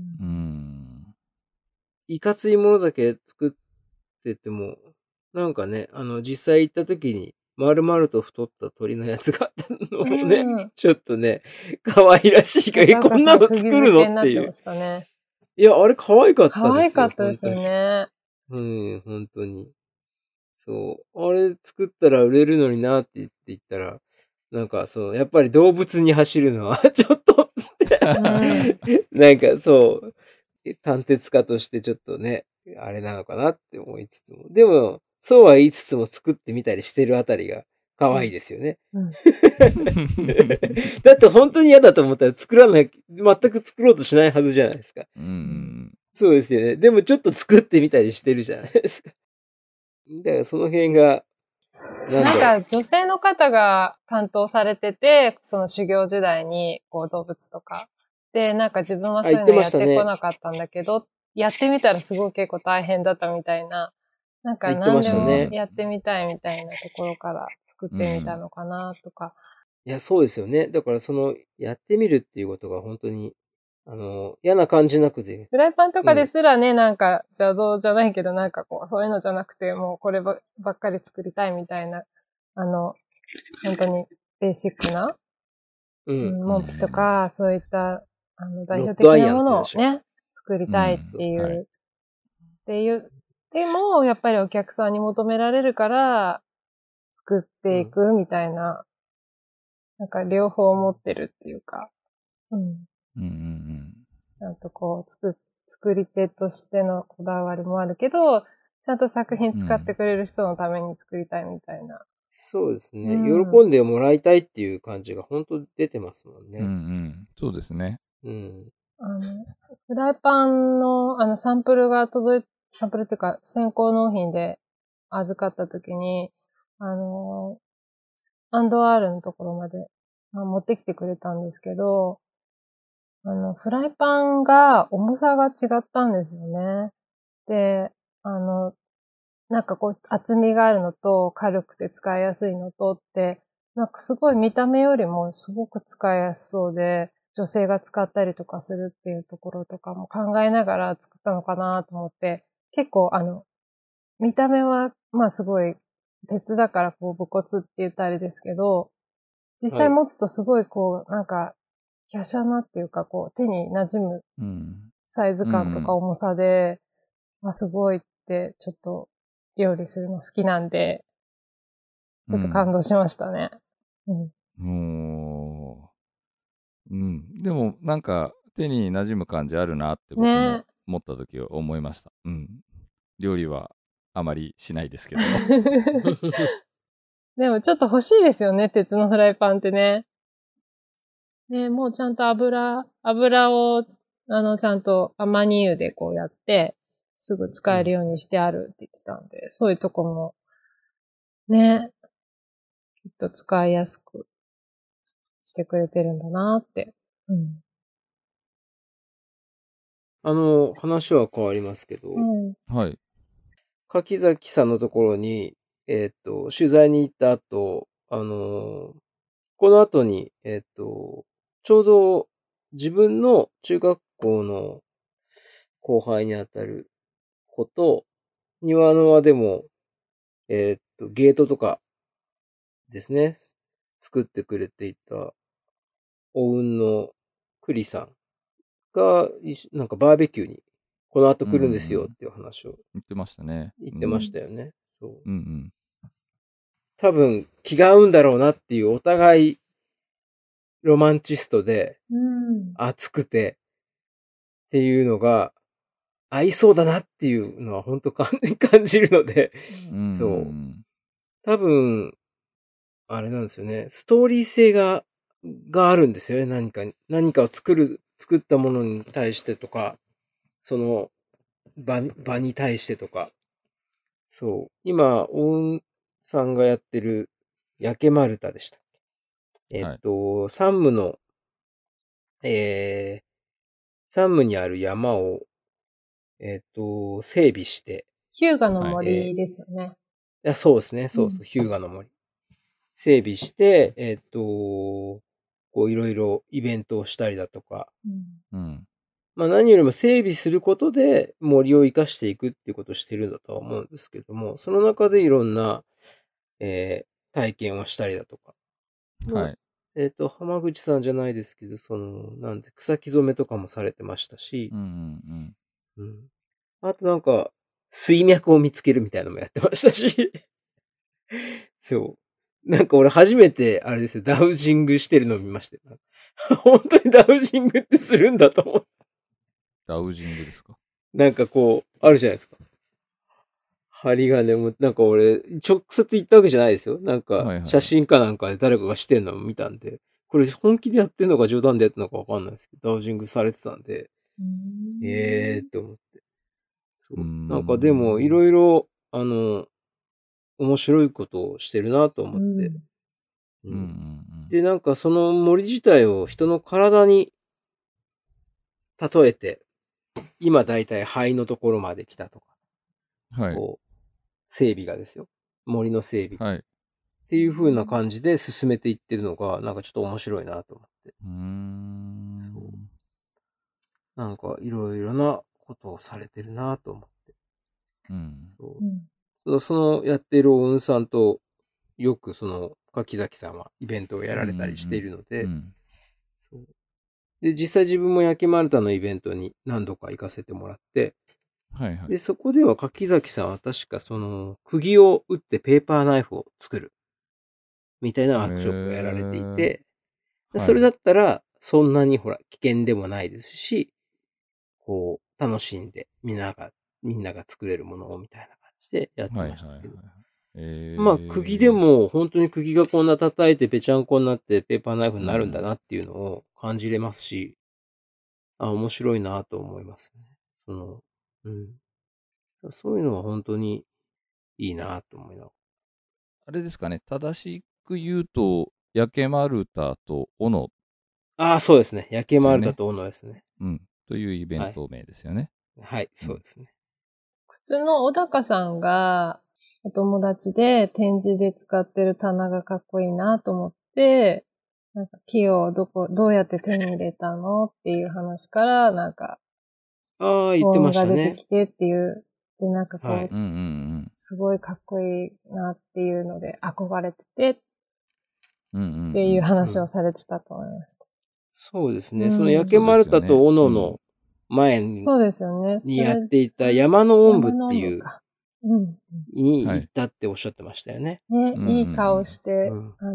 いかついものだけ作ってても、なんかね、実際行った時に、丸々と太った鳥のやつがあったのもね、ちょっとね、可愛らしいから、こんなの作るのっていう。いや、あれ可愛かったですよ。 可愛かったですよね。 本当に。そう。あれ作ったら売れるのになって言ったら、なんかやっぱり動物に走るのはちょっとつってなんか探偵家としてちょっとね、あれなのかなって思いつつも。でも、そうは言いつつも作ってみたりしてるあたりが可愛いですよね。だって本当に嫌だと思ったら全く作ろうとしないはずじゃないですか。そうですよね。でもちょっと作ってみたりしてるじゃないですか。だからその辺が、 なんか女性の方が担当されてて、その修行時代にこう動物とか。で、なんか自分はそういうのやってこなかったんだけど、やってみたらすごい結構大変だったみたいな。なんか何でもやってみたいみたいなところから作ってみたのかなとか。 いや、そうですよね。だからやってみるっていうことが本当に、嫌な感じなくて。 フライパンとかですらね、なんか邪道じゃないけど、なんかこう、そういうのじゃなくて、もうこればっかり作りたいみたいな、本当にベーシックな、モンピとか、そういった、代表的なものをね、作りたいっていう、でも、やっぱりお客さんに求められるから、作っていくみたいな、なんか両方持ってるっていうか、ちゃんとこう、作り手としてのこだわりもあるけど、ちゃんと作品使ってくれる人のために作りたいみたいな。 そうですね。喜んでもらいたいっていう感じが本当出てますもんね。 そうですね。 フライパンのサンプルがサンプルっていうか先行納品で預かった時に、アンドアールのところまで、持ってきてくれたんですけど、フライパンが重さが違ったんですよね。で、なんかこう厚みがあるのと軽くて使いやすいのとって、なんかすごい見た目よりもすごく使いやすそうで、女性が使ったりとかするっていうところとかも考えながら作ったのかなと思って、結構見た目はまあすごい鉄だからこう武骨って言ったらあれですけど、実際持つとすごいこうなんか華奢なっていうかこう手に馴染むサイズ感とか重さで、すごいってちょっと料理するの好きなんで、ちょっと感動しましたね。 でもなんか手に馴染む感じあるなって僕も思った時は思いました。料理はあまりしないですけど。 でもちょっと欲しいですよね、鉄のフライパンってね。ね、もうちゃんと油を、ちゃんとアマニ油でこうやって、すぐ使えるようにしてあるって言ってたんで、そういうとこも、ね、きっと使いやすくしてくれてるんだなって。 話は変わりますけど、 はい。 柿崎さんのところに、取材に行った後、この後に、ちょうど自分の中学校の後輩にあたる子と、庭の輪でも、ゲートとかですね、作ってくれていた、オウンの栗さんが、なんかバーベキューに、この後来るんですよっていう話を言ってましたね。 言ってましたよね。そう。 うん多分気が合うんだろうなっていうお互いロマンチストで熱くてっていうのが合いそうだなっていうのは本当感じるので、そう多分、あれなんですよね。ストーリー性があるんですよね。何かを作ったものに対してとか、その場に対してとか。そう。今、オンさんがやってる、焼け丸太でした。山武の、山武にある山を、整備して。 ヒューガの森ですよね。 そうですね。そうそう、ヒューガの森。整備して、こういろいろイベントをしたりだとか。まあ何よりも整備することで森を生かしていくっていうことをしてるんだとは思うんですけども、その中でいろんな、体験をしたりだとか。 はい。 浜口さんじゃないですけど、草木染めとかもされてましたし、あとなんか、水脈を見つけるみたいなのもやってましたし、そう。なんか俺初めて、あれですよ、ダウジングしてるのを見ましたよ。本当にダウジングってするんだと思う。 ダウジングですか？ なんかこう、あるじゃないですか。針金も、なんか俺、直接行ったわけじゃないですよ。なんか、写真かなんかで誰かがしてんのを見たんで、これ本気でやってんのか冗談でやってんのかわかんないですけど、ダウジングされてたんで、って思って。そう。なんかでも、いろいろ、面白いことをしてるなと思って。で、なんかその森自体を人の体に例えて、今だいたい肺のところまで来たとか。 はい。 こう、整備がですよ。森の整備。 はい。 っていう風な感じで進めていってるのが、なんかちょっと面白いなと思って。そう。なんかいろいろなことをされてるなと思って。そのやってる大野さんと、よく柿崎さんはイベントをやられたりしているので、で、実際自分も焼き丸太のイベントに何度か行かせてもらって、で、そこでは柿崎さんは確か釘を打ってペーパーナイフを作る。みたいなワークショップをやられていて、それだったら、そんなにほら、危険でもないですし、こう、楽しんで、みんなが作れるものをみたいな感じでやってましたけど。まあ、釘でも、本当に釘がこんな叩いてぺちゃんこになってペーパーナイフになるんだなっていうのを感じれますし、面白いなと思いますね。そういうのは本当にいいなと思いながら。 あれですかね、正しく言うと、焼け丸太と斧。 そうですね。焼け丸太と斧ですね。 というイベント名ですよね。 はい、そうですね。 靴の小高さんが、お友達で展示で使ってる棚がかっこいいなと思って、なんか木をどうやって手に入れたのっていう話から、なんか、 言ってましたね。 が出てきてっていう、で、なんかこう、すごいかっこいいなっていうので憧れてて、っていう話をされてたと思いました。 そうですね。その焼け丸太と斧の前に、 そうですよね。 やっていた山のおんぶっていう、に行ったっておっしゃってましたよね。 ね、いい顔して、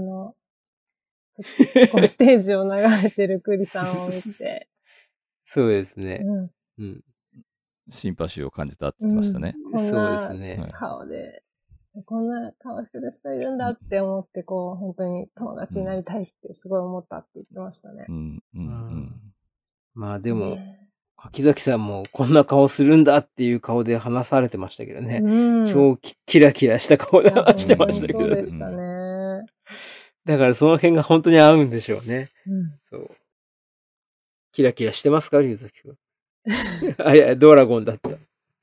ステージを流れてるクリさんを見て。 そうですね。 シンパシーを感じたって言ってましたね。 そうですね。 顔で、こんな顔してる人いるんだって思って、こう、本当に友達になりたいってすごい思ったって言ってましたね。 まあでも、柿崎さんもこんな顔するんだっていう顔で話されてましたけどね。超キラキラした顔で話してましたけど。 そうでしたね。 だからその辺が本当に合うんでしょうね。そう。キラキラしてますか、龍崎くん。いや、ドラゴンだった。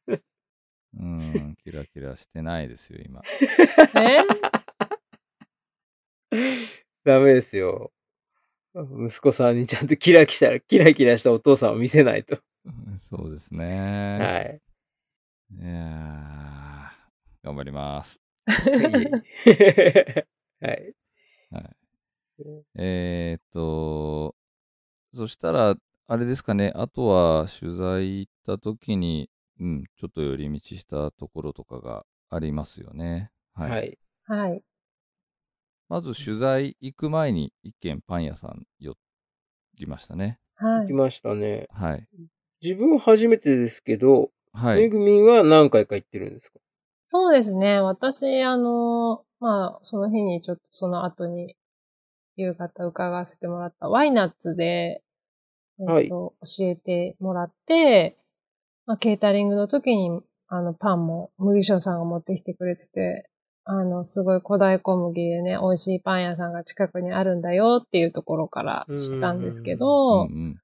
キラキラしてないですよ、今。 ダメですよ。息子さんにちゃんとキラキラしたお父さんを見せないと。 そうですね。 はい。 いや頑張ります。 はい。 そしたら、あれですかね、あとは取材行った時に、ちょっと寄り道したところとかがありますよね。 はい。 はい。 まず取材行く前に一軒パン屋さん寄りましたね。 行きましたね。 はい。 自分は初めてですけど、 はい。 めぐみんは何回か行ってるんですか？ そうですね。私、まあ、その日にちょっとその後に夕方伺わせてもらったワイナッツで、 はい。 教えてもらって、まあ、ケータリングの時に、パンも麦匠さんが持ってきてくれてて、すごい古代小麦でね、美味しいパン屋さんが近くにあるんだよっていうところからうん知ったんですけうんうど、 ん。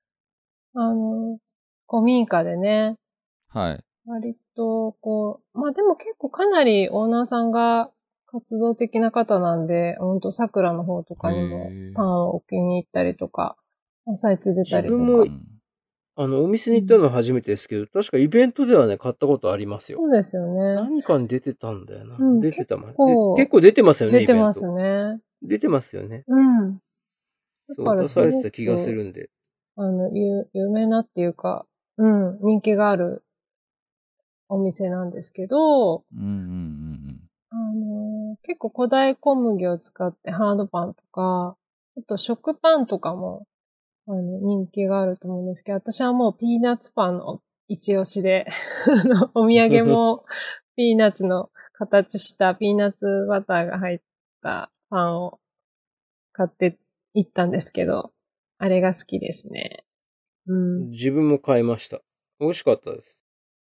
古民家でね、 はい。 割と、まあでも結構かなりオーナーさんが活動的な方なんで、ほんと桜の方とかにもへえ。 パンを置きに行ったりとか、朝市出た自分も、 りとか。 お店に行ったうんのは初めてですけど、確かイベントではね、買ったことありますよ。 そうですよね。 何かに出てたんだよな。 うん、結出てたもん。で、結構構出てますよね、 出てまイベント。 すね。 出てますよね。 うん。だそう、 から出されてすごた気がすく、 るんで。 有名なっていうか、うん、人気があるお店なんですけど、 うんうんうん結構古代小麦を使ってハードパンとか、あと食パンとかも、人気があると思うんですけど、私はもうピーナッツパンの一押しで、お土産もピーナッツの形したピーナッツバターが入ったパンを買って行ったんですけど、あれが好きですね。うん。 自分も買いました。美味しかったです。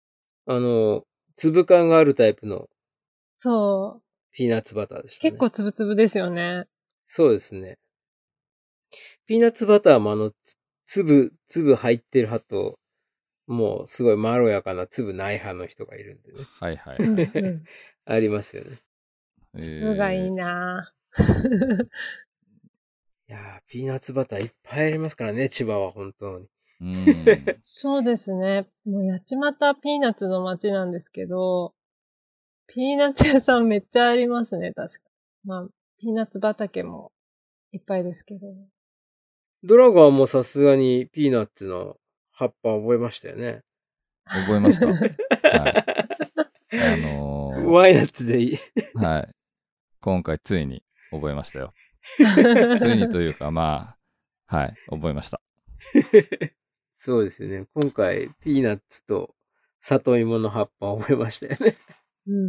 粒感があるタイプのそう。 ピーナッツバターでしたね。 結構つぶつぶですよね。 そうですね。ピーナッツバターも粒入ってる派と、もうすごいまろやかな粒ない派の人がいるんでね。 はいはいうんはい。 うん。 ありますよね。 粒がいいなぁ。 いやー、ピーナッツバターいっぱいありますからね、千葉は本当に。 うん。 そうですね。もう八街ピーナッツの街なんですけど、ピーナッツ屋さんめっちゃありますね、確か。まあ、ピーナッツ畑もいっぱいですけど。 ドラゴンもさすがにピーナッツの葉っぱ覚えましたよね。 覚えました。はい。 ワイナッツでいい。 はい。今回ついに覚えましたよ。ついにというか、まあ、はい、覚えました。 そうですよね。今回、ピーナッツと里芋の葉っぱ覚えましたよね。 うん。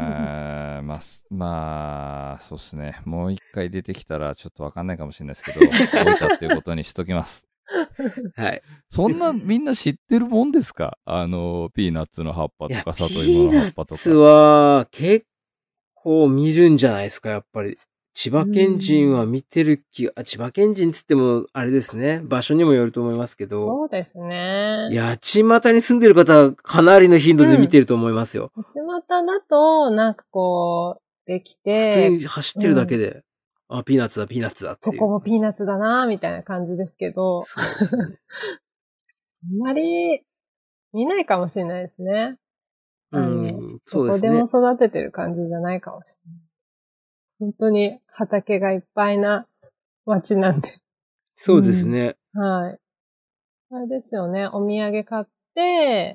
まあ、そうですね。もう一回出てきたらちょっとわかんないかもしれないですけど、覚えたっていうことにしときます。 はい。 そんなみんな知ってるもんですか？ピーナッツの葉っぱいや、 とか、 ピ里芋の葉っぱとーナッツか。 は結構見るんじゃないですか、やっぱり。千葉県人は見てる千葉県人つっても、あれですね。場所にもよると思いますけど、 そうですね。 八街に住んでる方はかなりの頻度で見てると思いますよ。 八街だと、なんかでき普通て、 に走ってるだけで、あ、ピーナッツだ、ピーナッツだっていう。 ここもピーナッツだなみたいな感じですけど、 そうですね。 あんまり見ないかもしれないですね。どそうですね。 こでも育ててる感じじゃないかもしれない。本当に畑がいっぱいな街なんで。 そうですね。 はい。あれですよね。お土産買って、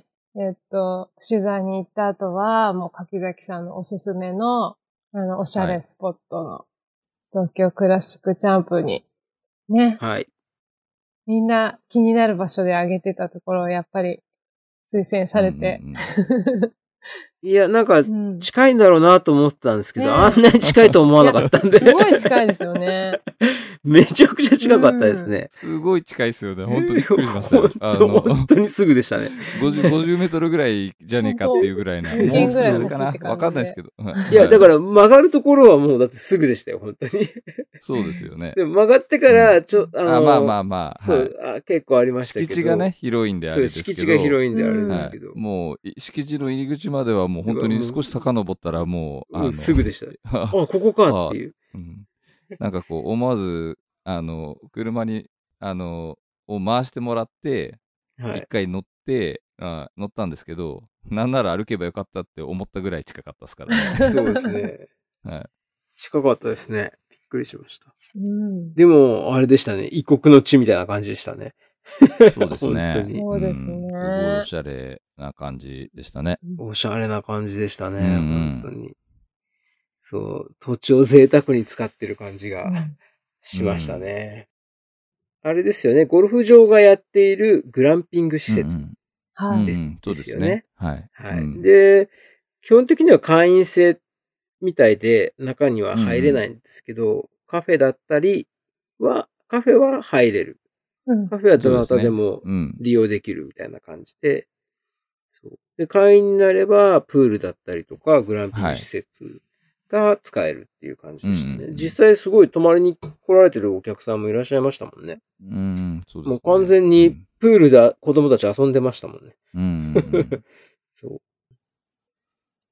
取材に行った後は、もう柿崎さんのおすすめの、おしゃはい。 れスポットの東京クラシックチャンプに、ね、 はい。 みんな気になる場所であげてたところをやっぱり推薦されて。 いや、なんか、 うん近いんだろうなと思ってたんですけど、 ねえあんなに近いと思わなかったんで。 すごい近いですよね。 めちゃくちゃ近かったですね。 すごい近いですよね。本当びっくりしましたよ。 本当にすぐでしたね。 50メートルぐらいじゃねえかっていうぐらいな。もう 2軒ぐらい少しかな先って感じでわかんないですけど。 いや、だから曲がるところはもうだってすぐでしたよ、本当に。 そうですよね。 でも曲がってから、 まあまあまあ。 そう、結構ありましたけど。 敷地がね、広いんであれですけど。 敷地が広いんであれですけど。 もう、敷地の入り口まではもう本当に少し遡ったらもう、 すぐでした。あ、ここかっていう。 なんか思わず、車に、を回してもらって、一回乗ったんですけど、なんなら歩けばよかったって思ったぐらい近かったですからね。 そうですね。 はい。 近かったですね。びっくりしました。 うん、 でも、あれでしたね。異国の地みたいな感じでしたね。 そうですね。 そうですね。 すごいおしゃれな感じでしたね。 おしゃれな感じでしたね。 本当に。そう、土地を贅沢に使ってる感じがしましたね。あれですよね。ゴルフ場がやっているグランピング施設ですよね。 はい。 はい。 うんで、基本的には会員制みたいで、中には入れないんですけど、カフェだったりカフェは入れる。 うん。 カフェはどなそうですね。 たでもうん。 利用できるみたいな感じで、そう。で、会員になれば、プールだったりとか、グランピング施はい。 設が使えるっていう感じうんうでしたね。 ん実際すごい泊まりに来られてるお客さんもいらっしゃいましたもんね。 うん。うん、そうでもうすね。 完全にうん。 プールで子供たち遊んでましたもんね。 うんうんそう。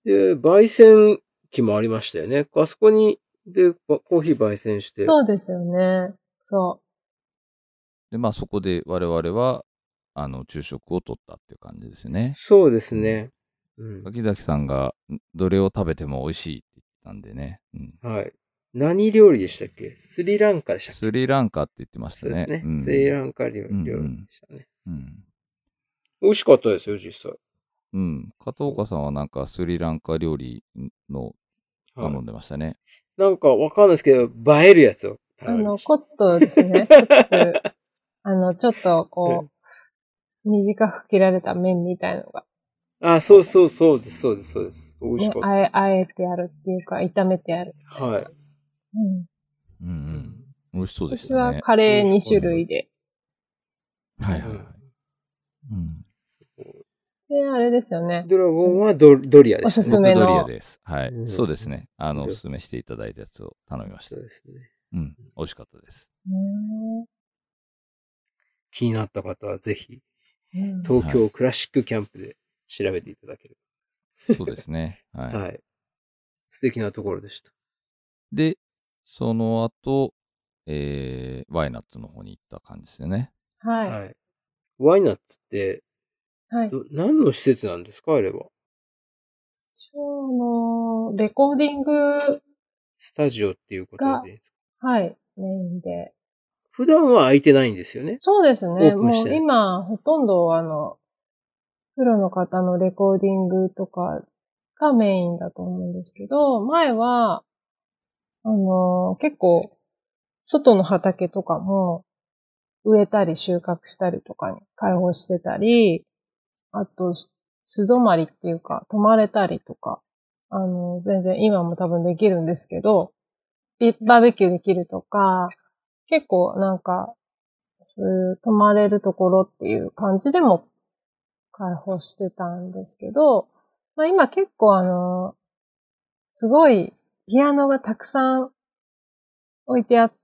で、焙煎機もありましたよね。あそこに、で、コーヒー焙煎して。 そうですよね。そで、まあそこで我々は、昼食を取ったっていう感じですよね。 そうですうん。 ね。うん。 柿崎さんが、どれを食べても美味しいって言ってたんでね。うん。 はい。何料理でしたっけ？スリランカでしたっけ？ スリランカって言ってましたね。 そうですね。 うん。 スリランカ料うんう理でん。 したね。 うん。 美味しかったですよ、実際。 うん。片岡さんはなんかスリランカ料理のはい。 頼んでましたね。 なんかわかんないですけど、映えるやつをう。 頼みましコットですね。コット。ちょっとた。 短く切られた麺みたいのが、 あ、そうそうそうです、そうです、そうです。美味しね、 かったです。 あえてやるっていうか、炒めてやるみたいな。 はい。 うん。 うんううん。 ん、 美味しそうでし私はたね。 カレー美味し 2種かった。 類で。 はいはいはい。 うん。 うん。 で、あれですよね。 ドラゴンはドリアでおすすしたね。 僕ドリアめの、 です。はい。 うん。 そうですね。おすすめしていただいたやつを頼みました。 そうですね。 うん。美味しかったです。 ね気になった方はぜひ、 うん、 東はい。 京クラシックキャンプで調べていただけれそうですね。はば。 い。 はい。素敵なところでした。 で、その後、ワイナッツの方に行った感じですよね。 はい。 はい。ワイナッツって、 はい。 何の施設なんですかあれは。 レコーディングスタジオっていうことが、 で。 はい、メインで。 普段は空いてないんですよね。 そうですオーね。もプンしてない。 う今、ほとんどプロの方のレコーディングとかがメインだと思うんですけど、前は、結構、外の畑とかも植えたり収穫したりとかに開放してたり、あと、素泊まりっていうか、泊まれたりとか、全然今も多分できるんですけど、バーベキューできるとか、結構なんか、そういう泊まれるところっていう感じでも開放してたんですけど、まあ今結構すごいピアノがたくさん置いてあって、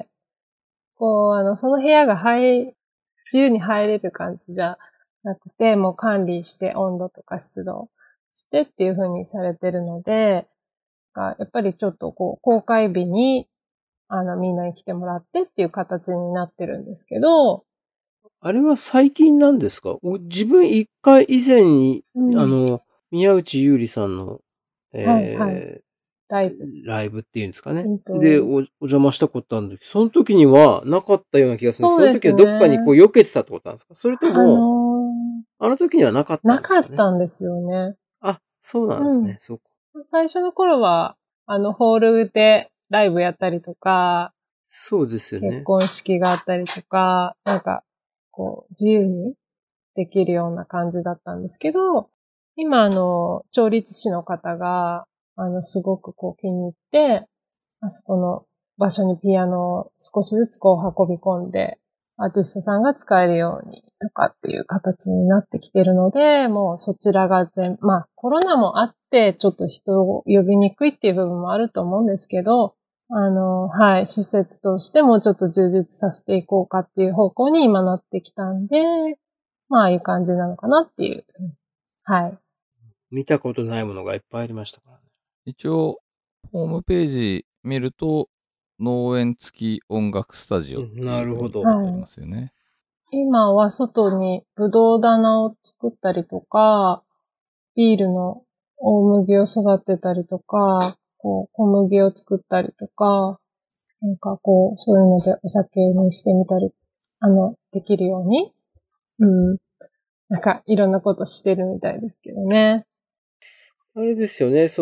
その部屋が自由に入れる感じじゃなくて、もう管理して温度とか湿度してっていう風にされてるので、やっぱりちょっと公開日に、みんなに来てもらってっていう形になってるんですけど、 あれは最近なんですか？自分一回以前に、 うん。 宮内優里さんの、 はいはい。 えライブ、 ライブっていうんですかね。 イントで、 ロです。 お邪魔したことあるんだけど、その時にはなかったような気がするんです。そのそうです時はどっかにね。 避けてたってことなんですか？それとあも、 のあの時にはなかったなかっんですかね。 たんですよね。 あ、そうなんですうん。 ね。そうか。 最初の頃は、ホールでライブやったりとか、 そうですよね。 結婚式があったりとか、なんか、自由にできるような感じだったんですけど、今、調律師の方が、すごく気に入って、あそこの場所にピアノを少しずつ運び込んで、アーティストさんが使えるようにとかっていう形になってきてるので、もうそちらがまあコロナもあってちょっと人を呼びにくいっていう部分もあると思うんですけど、はい、施設としてもうちょっと充実させていこうかっていう方向に今なってきたんで、まあああいう感じなのかなっていう。はい。 見たことないものがいっぱいありましたからね。 一応、ホームページ見ると、農園付き音楽スタジオっうん、 ていう風なるほど。 に書いてありはい。 ますよね。 今は外にブドウ棚を作ったりとか、ビールの大麦を育てたりとか、小麦を作ったりとか、なんかそういうのでお酒にしてみたり、できるように、うん。なんか、いろんなことしてるみたいですけどね。 あれですよね。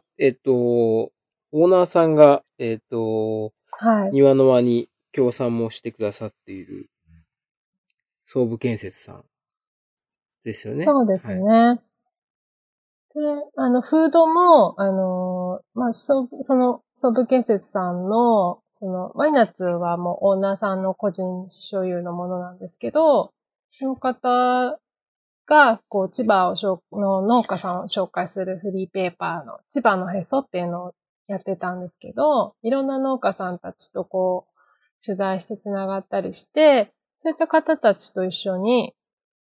オーナーさんが、 はい。 庭の輪に協賛もしてくださっている総武建設さんですよね。 そうですはい。 ね。 フードも、その、総武建設さんの、ワイナッツはもうオーナーさんの個人所有のものなんですけど、その方が、千葉の農家さんを紹介するフリーペーパーの千葉のへそっていうのをやってたんですけど、いろんな農家さんたちと取材してつながったりして、そういった方たちと一緒に、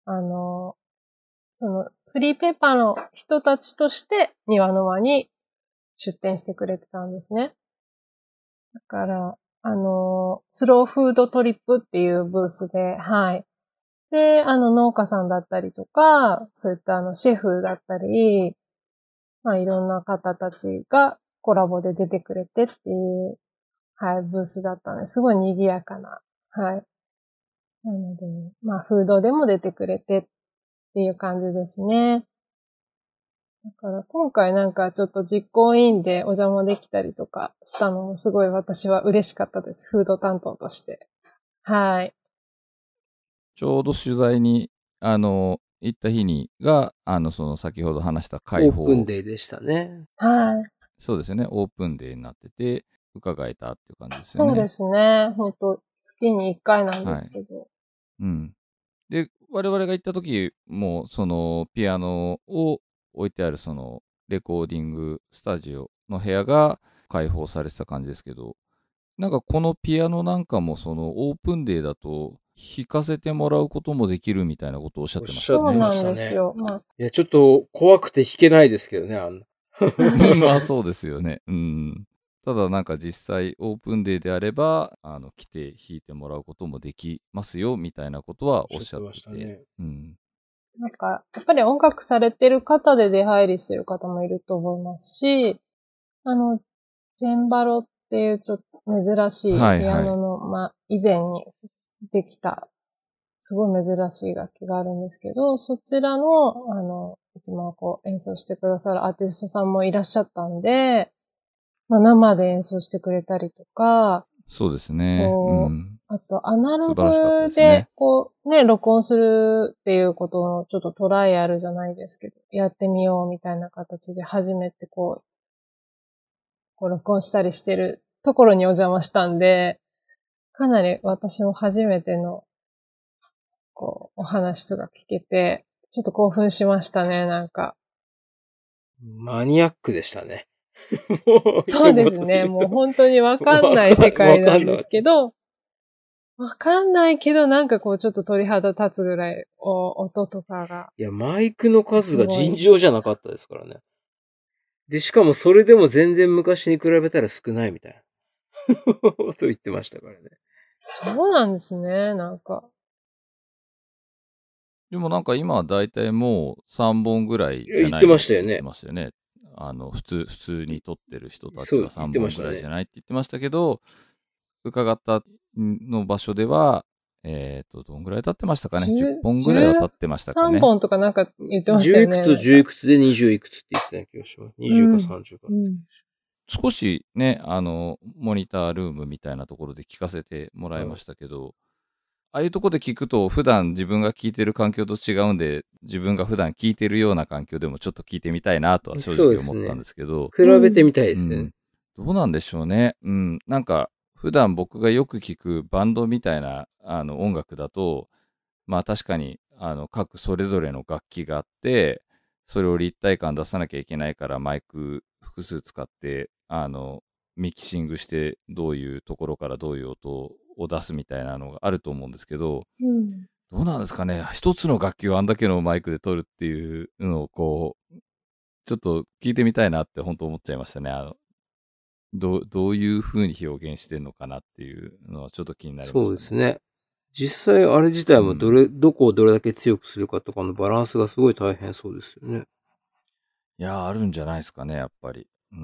フリーペーパーの人たちとして庭の輪に出店してくれてたんですね。だから、スローフードトリップっていうブースで、はい。で、農家さんだったりとか、そういったシェフだったり、いろんな方たちがコラボで出てくれてっていう、はい、ブースだったので、すごい賑やかな、はい。なので、フードでも出てくれてっていう感じですね。だから今回なんかちょっと実行委員でお邪魔できたりとかしたのもすごい私は嬉しかったです。フード担当として。はい。 ちょうど取材に、行った日にが、その先ほど話したオ開放。 ープンデーでしたね。 はい。 そうですね。オープンデーになってて、伺えたっていう感じですよね。 そうですね。本当月に1回なんですけど。 うん。で、我々が行った時も、その、ピアノを置いてある、その、レコーディングスタジオの部屋が開放されてた感じですけど、なんかこのピアノなんかも、その、オープンデーだと、弾かせてもらうこともできるみたいなことをおっしゃってましたね。 そうなんですよ。 いや、ちょっと怖くて弾けないですけどね、あんな。 まあそうですよね。うん。ただなんか実際オープンデーであれば、来て弾いてもらうこともできますよ、みたいなことはおっしゃってましたて。 ね。 うん。 なんか、やっぱり音楽されてる方で出入りしてる方もいると思いますし、ジェンバロっていうちょっと珍しいピアはいはい。 ノの、以前にできた、すごい珍しい楽器があるんですけど、そちらの、いつも演奏してくださるアーティストさんもいらっしゃったんで、生で演奏してくれたりとか、 そうですね。うん。 あと、アナロ素晴らしかったでグで、 すね。 録音するっていうことの、ちょっとトライアルじゃないですけど、やってみようみたいな形で初めて録音したりしてるところにお邪魔したんで、かなり私も初めての、お話とか聞けて、ちょっと興奮しましたね、なんか。 マニアックでしたね。 そうですね、もう本当にわかんない世界なんですけど、わかんないけど、なんかちょっと鳥肌立つぐらい、音とかが。 いや、マイクの数がすごい。 尋常じゃなかったですからね。で、しかもそれでも全然昔に比べたら少ないみたいなこと言ってましたからね。 そうなんですね、なんか。 でもなんか今はだいたいもう3本ぐらいじゃ言ってないのって言ってましたよね。 ましたよね。普通に撮ってる人たちはそう、言っ 3 てましたね。 本ぐらいじゃないって言ってましたけど、伺ったの場所では、どんぐらい経ってましたかね。10本ぐらいは経ってましたか 13 ね。 本とかなんか言ってました 10 よね、 いくつ、 なんか。 10いくつで20いくつって言ってた気がします。20かうん。 30か。 うん。 少しね、モニタールームみたいなところで聞かせてもらいましたけど、ああいうところで聞くと、普段自分が聞いてる環境と違うんで、自分が普段聞いてるような環境でもちょっと聞いてみたいなとは正そうで直思ったんすね。 ですけど、 比べてみたいですよね。 うん。どうなんでしょうね。うん。なんか、普段僕がよく聞くバンドみたいな、音楽だと、まあ確かに、各それぞれの楽器があって、それを立体感出さなきゃいけないからマイク複数使って、ミキシングしてどういうところからどういう音を出すみたいなのがあると思うんですけど、 うん。 どうなんですかね。一つの楽器をあんだけのマイクで撮るっていうのをちょっと聞いてみたいなって本当思っちゃいましたね。どういう風に表現してんのかなっていうのはちょっと気になりまそうしたね。 ですね。実際あれ自体もうん。 どこをどれだけ強くするかとかのバランスがすごい大変そうですよね。 いやー、あるんじゃないですかね、やっぱり。うん。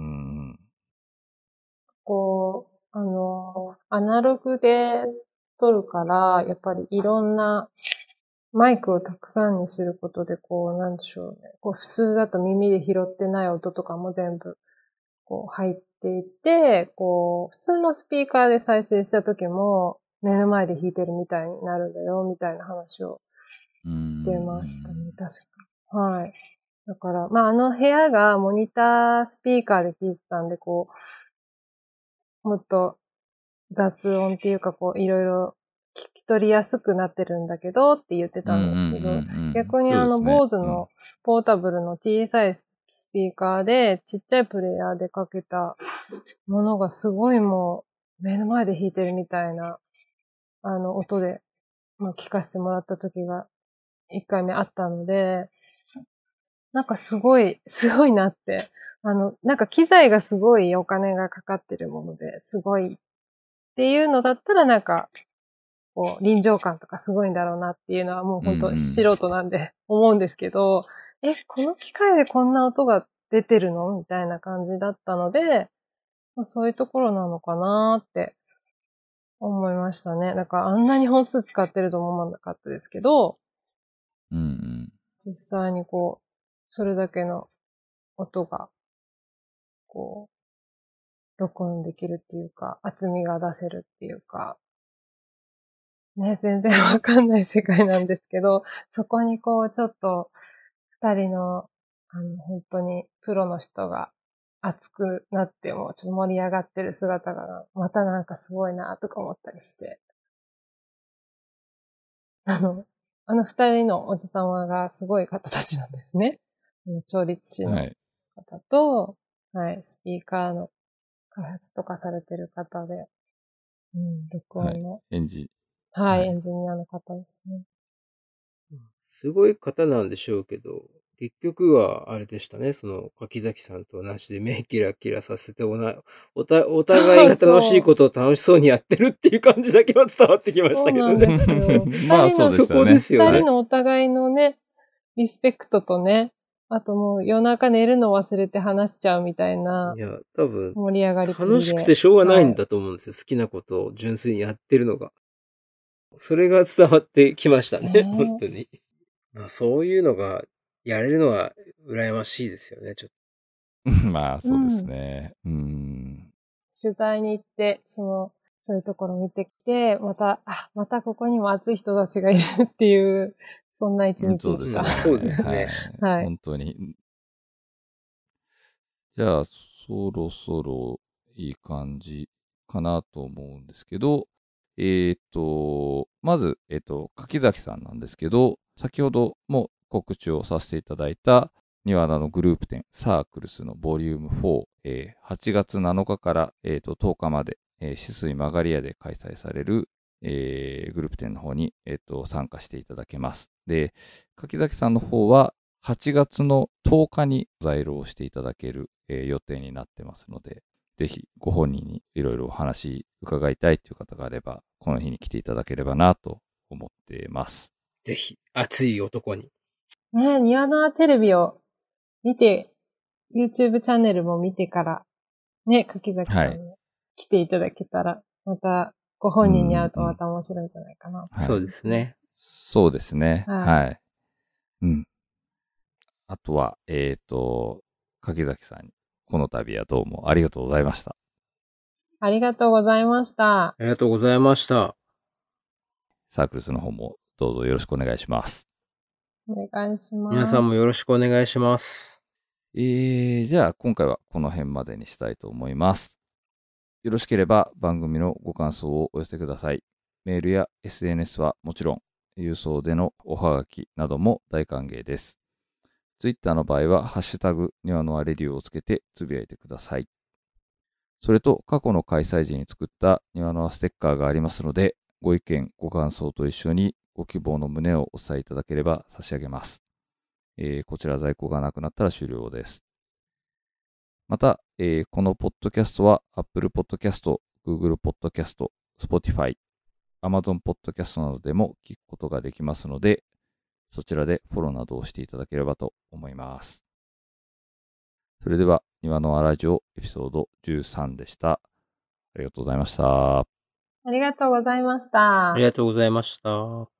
アナログで撮るから、やっぱりいろんなマイクをたくさんにすることで、なんでしょうね。普通だと耳で拾ってない音とかも全部、入っていて、普通のスピーカーで再生した時も、目の前で弾いてるみたいになるんだよ、みたいな話をうん。うしてましたね、 ん。 確か。はい。 だから、まあ、あの部屋がモニタースピーカーで聞いてたんで、こう、もっと雑音っていうか、こう、いろいろ聞き取りやすくなってるんだけどって言ってたんですけど、逆にそうですね。 BOSE のポータブルの小さいスピーカーで、ちっちゃいプレイヤーでかけたものがすごいもう、目の前で弾いてるみたいな、音で、まあ、聞かせてもらった時が、1回目あったので、なんかすごいなって。なんか機材がすごいお金がかかってるもので、すごいっていうのだったらなんか、こう、臨場感とかすごいんだろうなっていうのはもう本当素人なんで思うんですけど、この機械でこんな音が出てるのみたいな感じだったので、まあ、そういうところなのかなって思いましたね。だからあんなに本数使ってると思わなかったですけど、実際にこう、それだけの音が、こう、録音できるっていうか、厚みが出せるっていうか、ね、全然わかんない世界なんですけど、そこにこう、ちょっと、二人の、本当にプロの人が熱くなっても、ちょっと盛り上がってる姿が、またなんかすごいなとか思ったりして。二人のおじさまがすごい方たちなんですね。調律師の方と、はい、スピーカーの開発とかされてる方で、録音の、エンジニアの方ですね。 すごい方なんでしょうけど、結局はあれでしたね、その柿崎さんと同じで目キラキラさせてお互いが楽しいことを楽しそうにやってるっていう感じだけは伝わってきましたけどね。 そうなんですよ。 まあそうでしたね。 そこですよね。 二人のお互いのね、リスペクトとね、あともう夜中寝るの忘れて話しちゃうみたいな、 いや、多分、 盛り上がりっぷりで。 楽しくてしょうがないんだと思うんですよ。好きなことを純粋にやってるのが。それが伝わってきましたね、本当に。まあ、そういうのがやれるのは羨ましいですよね、ちょっと。まあそうですね。 取材に行って、そういうところ見てきて、またここにも熱い人たちがいるっていう、そんな一日でした。 そうですね。 はい。 本当に。じゃあ、そろそろいい感じかなと思うんですけど、まず、柿崎さんなんですけど、先ほども告知をさせていただいた、ニワナのグループ展、サークルスのボリューム4、8月7日から、10日まで、止水曲がり屋で開催される、グループ展の方に、参加していただけます。で、柿崎さんの方は、8月の10日に在廊していただける、予定になってますので、ぜひご本人にいろいろお話伺いたいという方があれば、この日に来ていただければなと思ってます。 ぜひ、熱い男に。 ね、ニワナテレビを見て、YouTube チャンネルも見てから、ね、柿崎さんに来ていただけたら、またご本人に会うとまた面白いんじゃないかな。 そうですね。 そうですね。はい。あとは、柿崎さんに、この度はどうもありがとうございました。 ありがとうございました。 ありがとうございました。 サークルスの方もどうぞよろしくお願いします。 お願いします。 皆さんもよろしくお願いします。 じゃあ今回はこの辺までにしたいと思います。よろしければ番組のご感想をお寄せください。メールや SNS はもちろん、郵送でのおはがきなども大歓迎です。Twitter の場合は、ハッシュタグ、ニワノアレディオをつけてつぶやいてください。それと、過去の開催時に作ったニワノアステッカーがありますので、ご意見、ご感想と一緒にご希望の旨をお伝えいただければ差し上げます。こちら在庫がなくなったら終了です。また、このポッドキャストは Apple Podcast、Google Podcast、Spotify、Amazon Podcast などでも聞くことができますので、そちらでフォローなどをしていただければと思います。それでは、庭のあラジオエピソード13でした。ありがとうございました。 ありがとうございました。 ありがとうございました。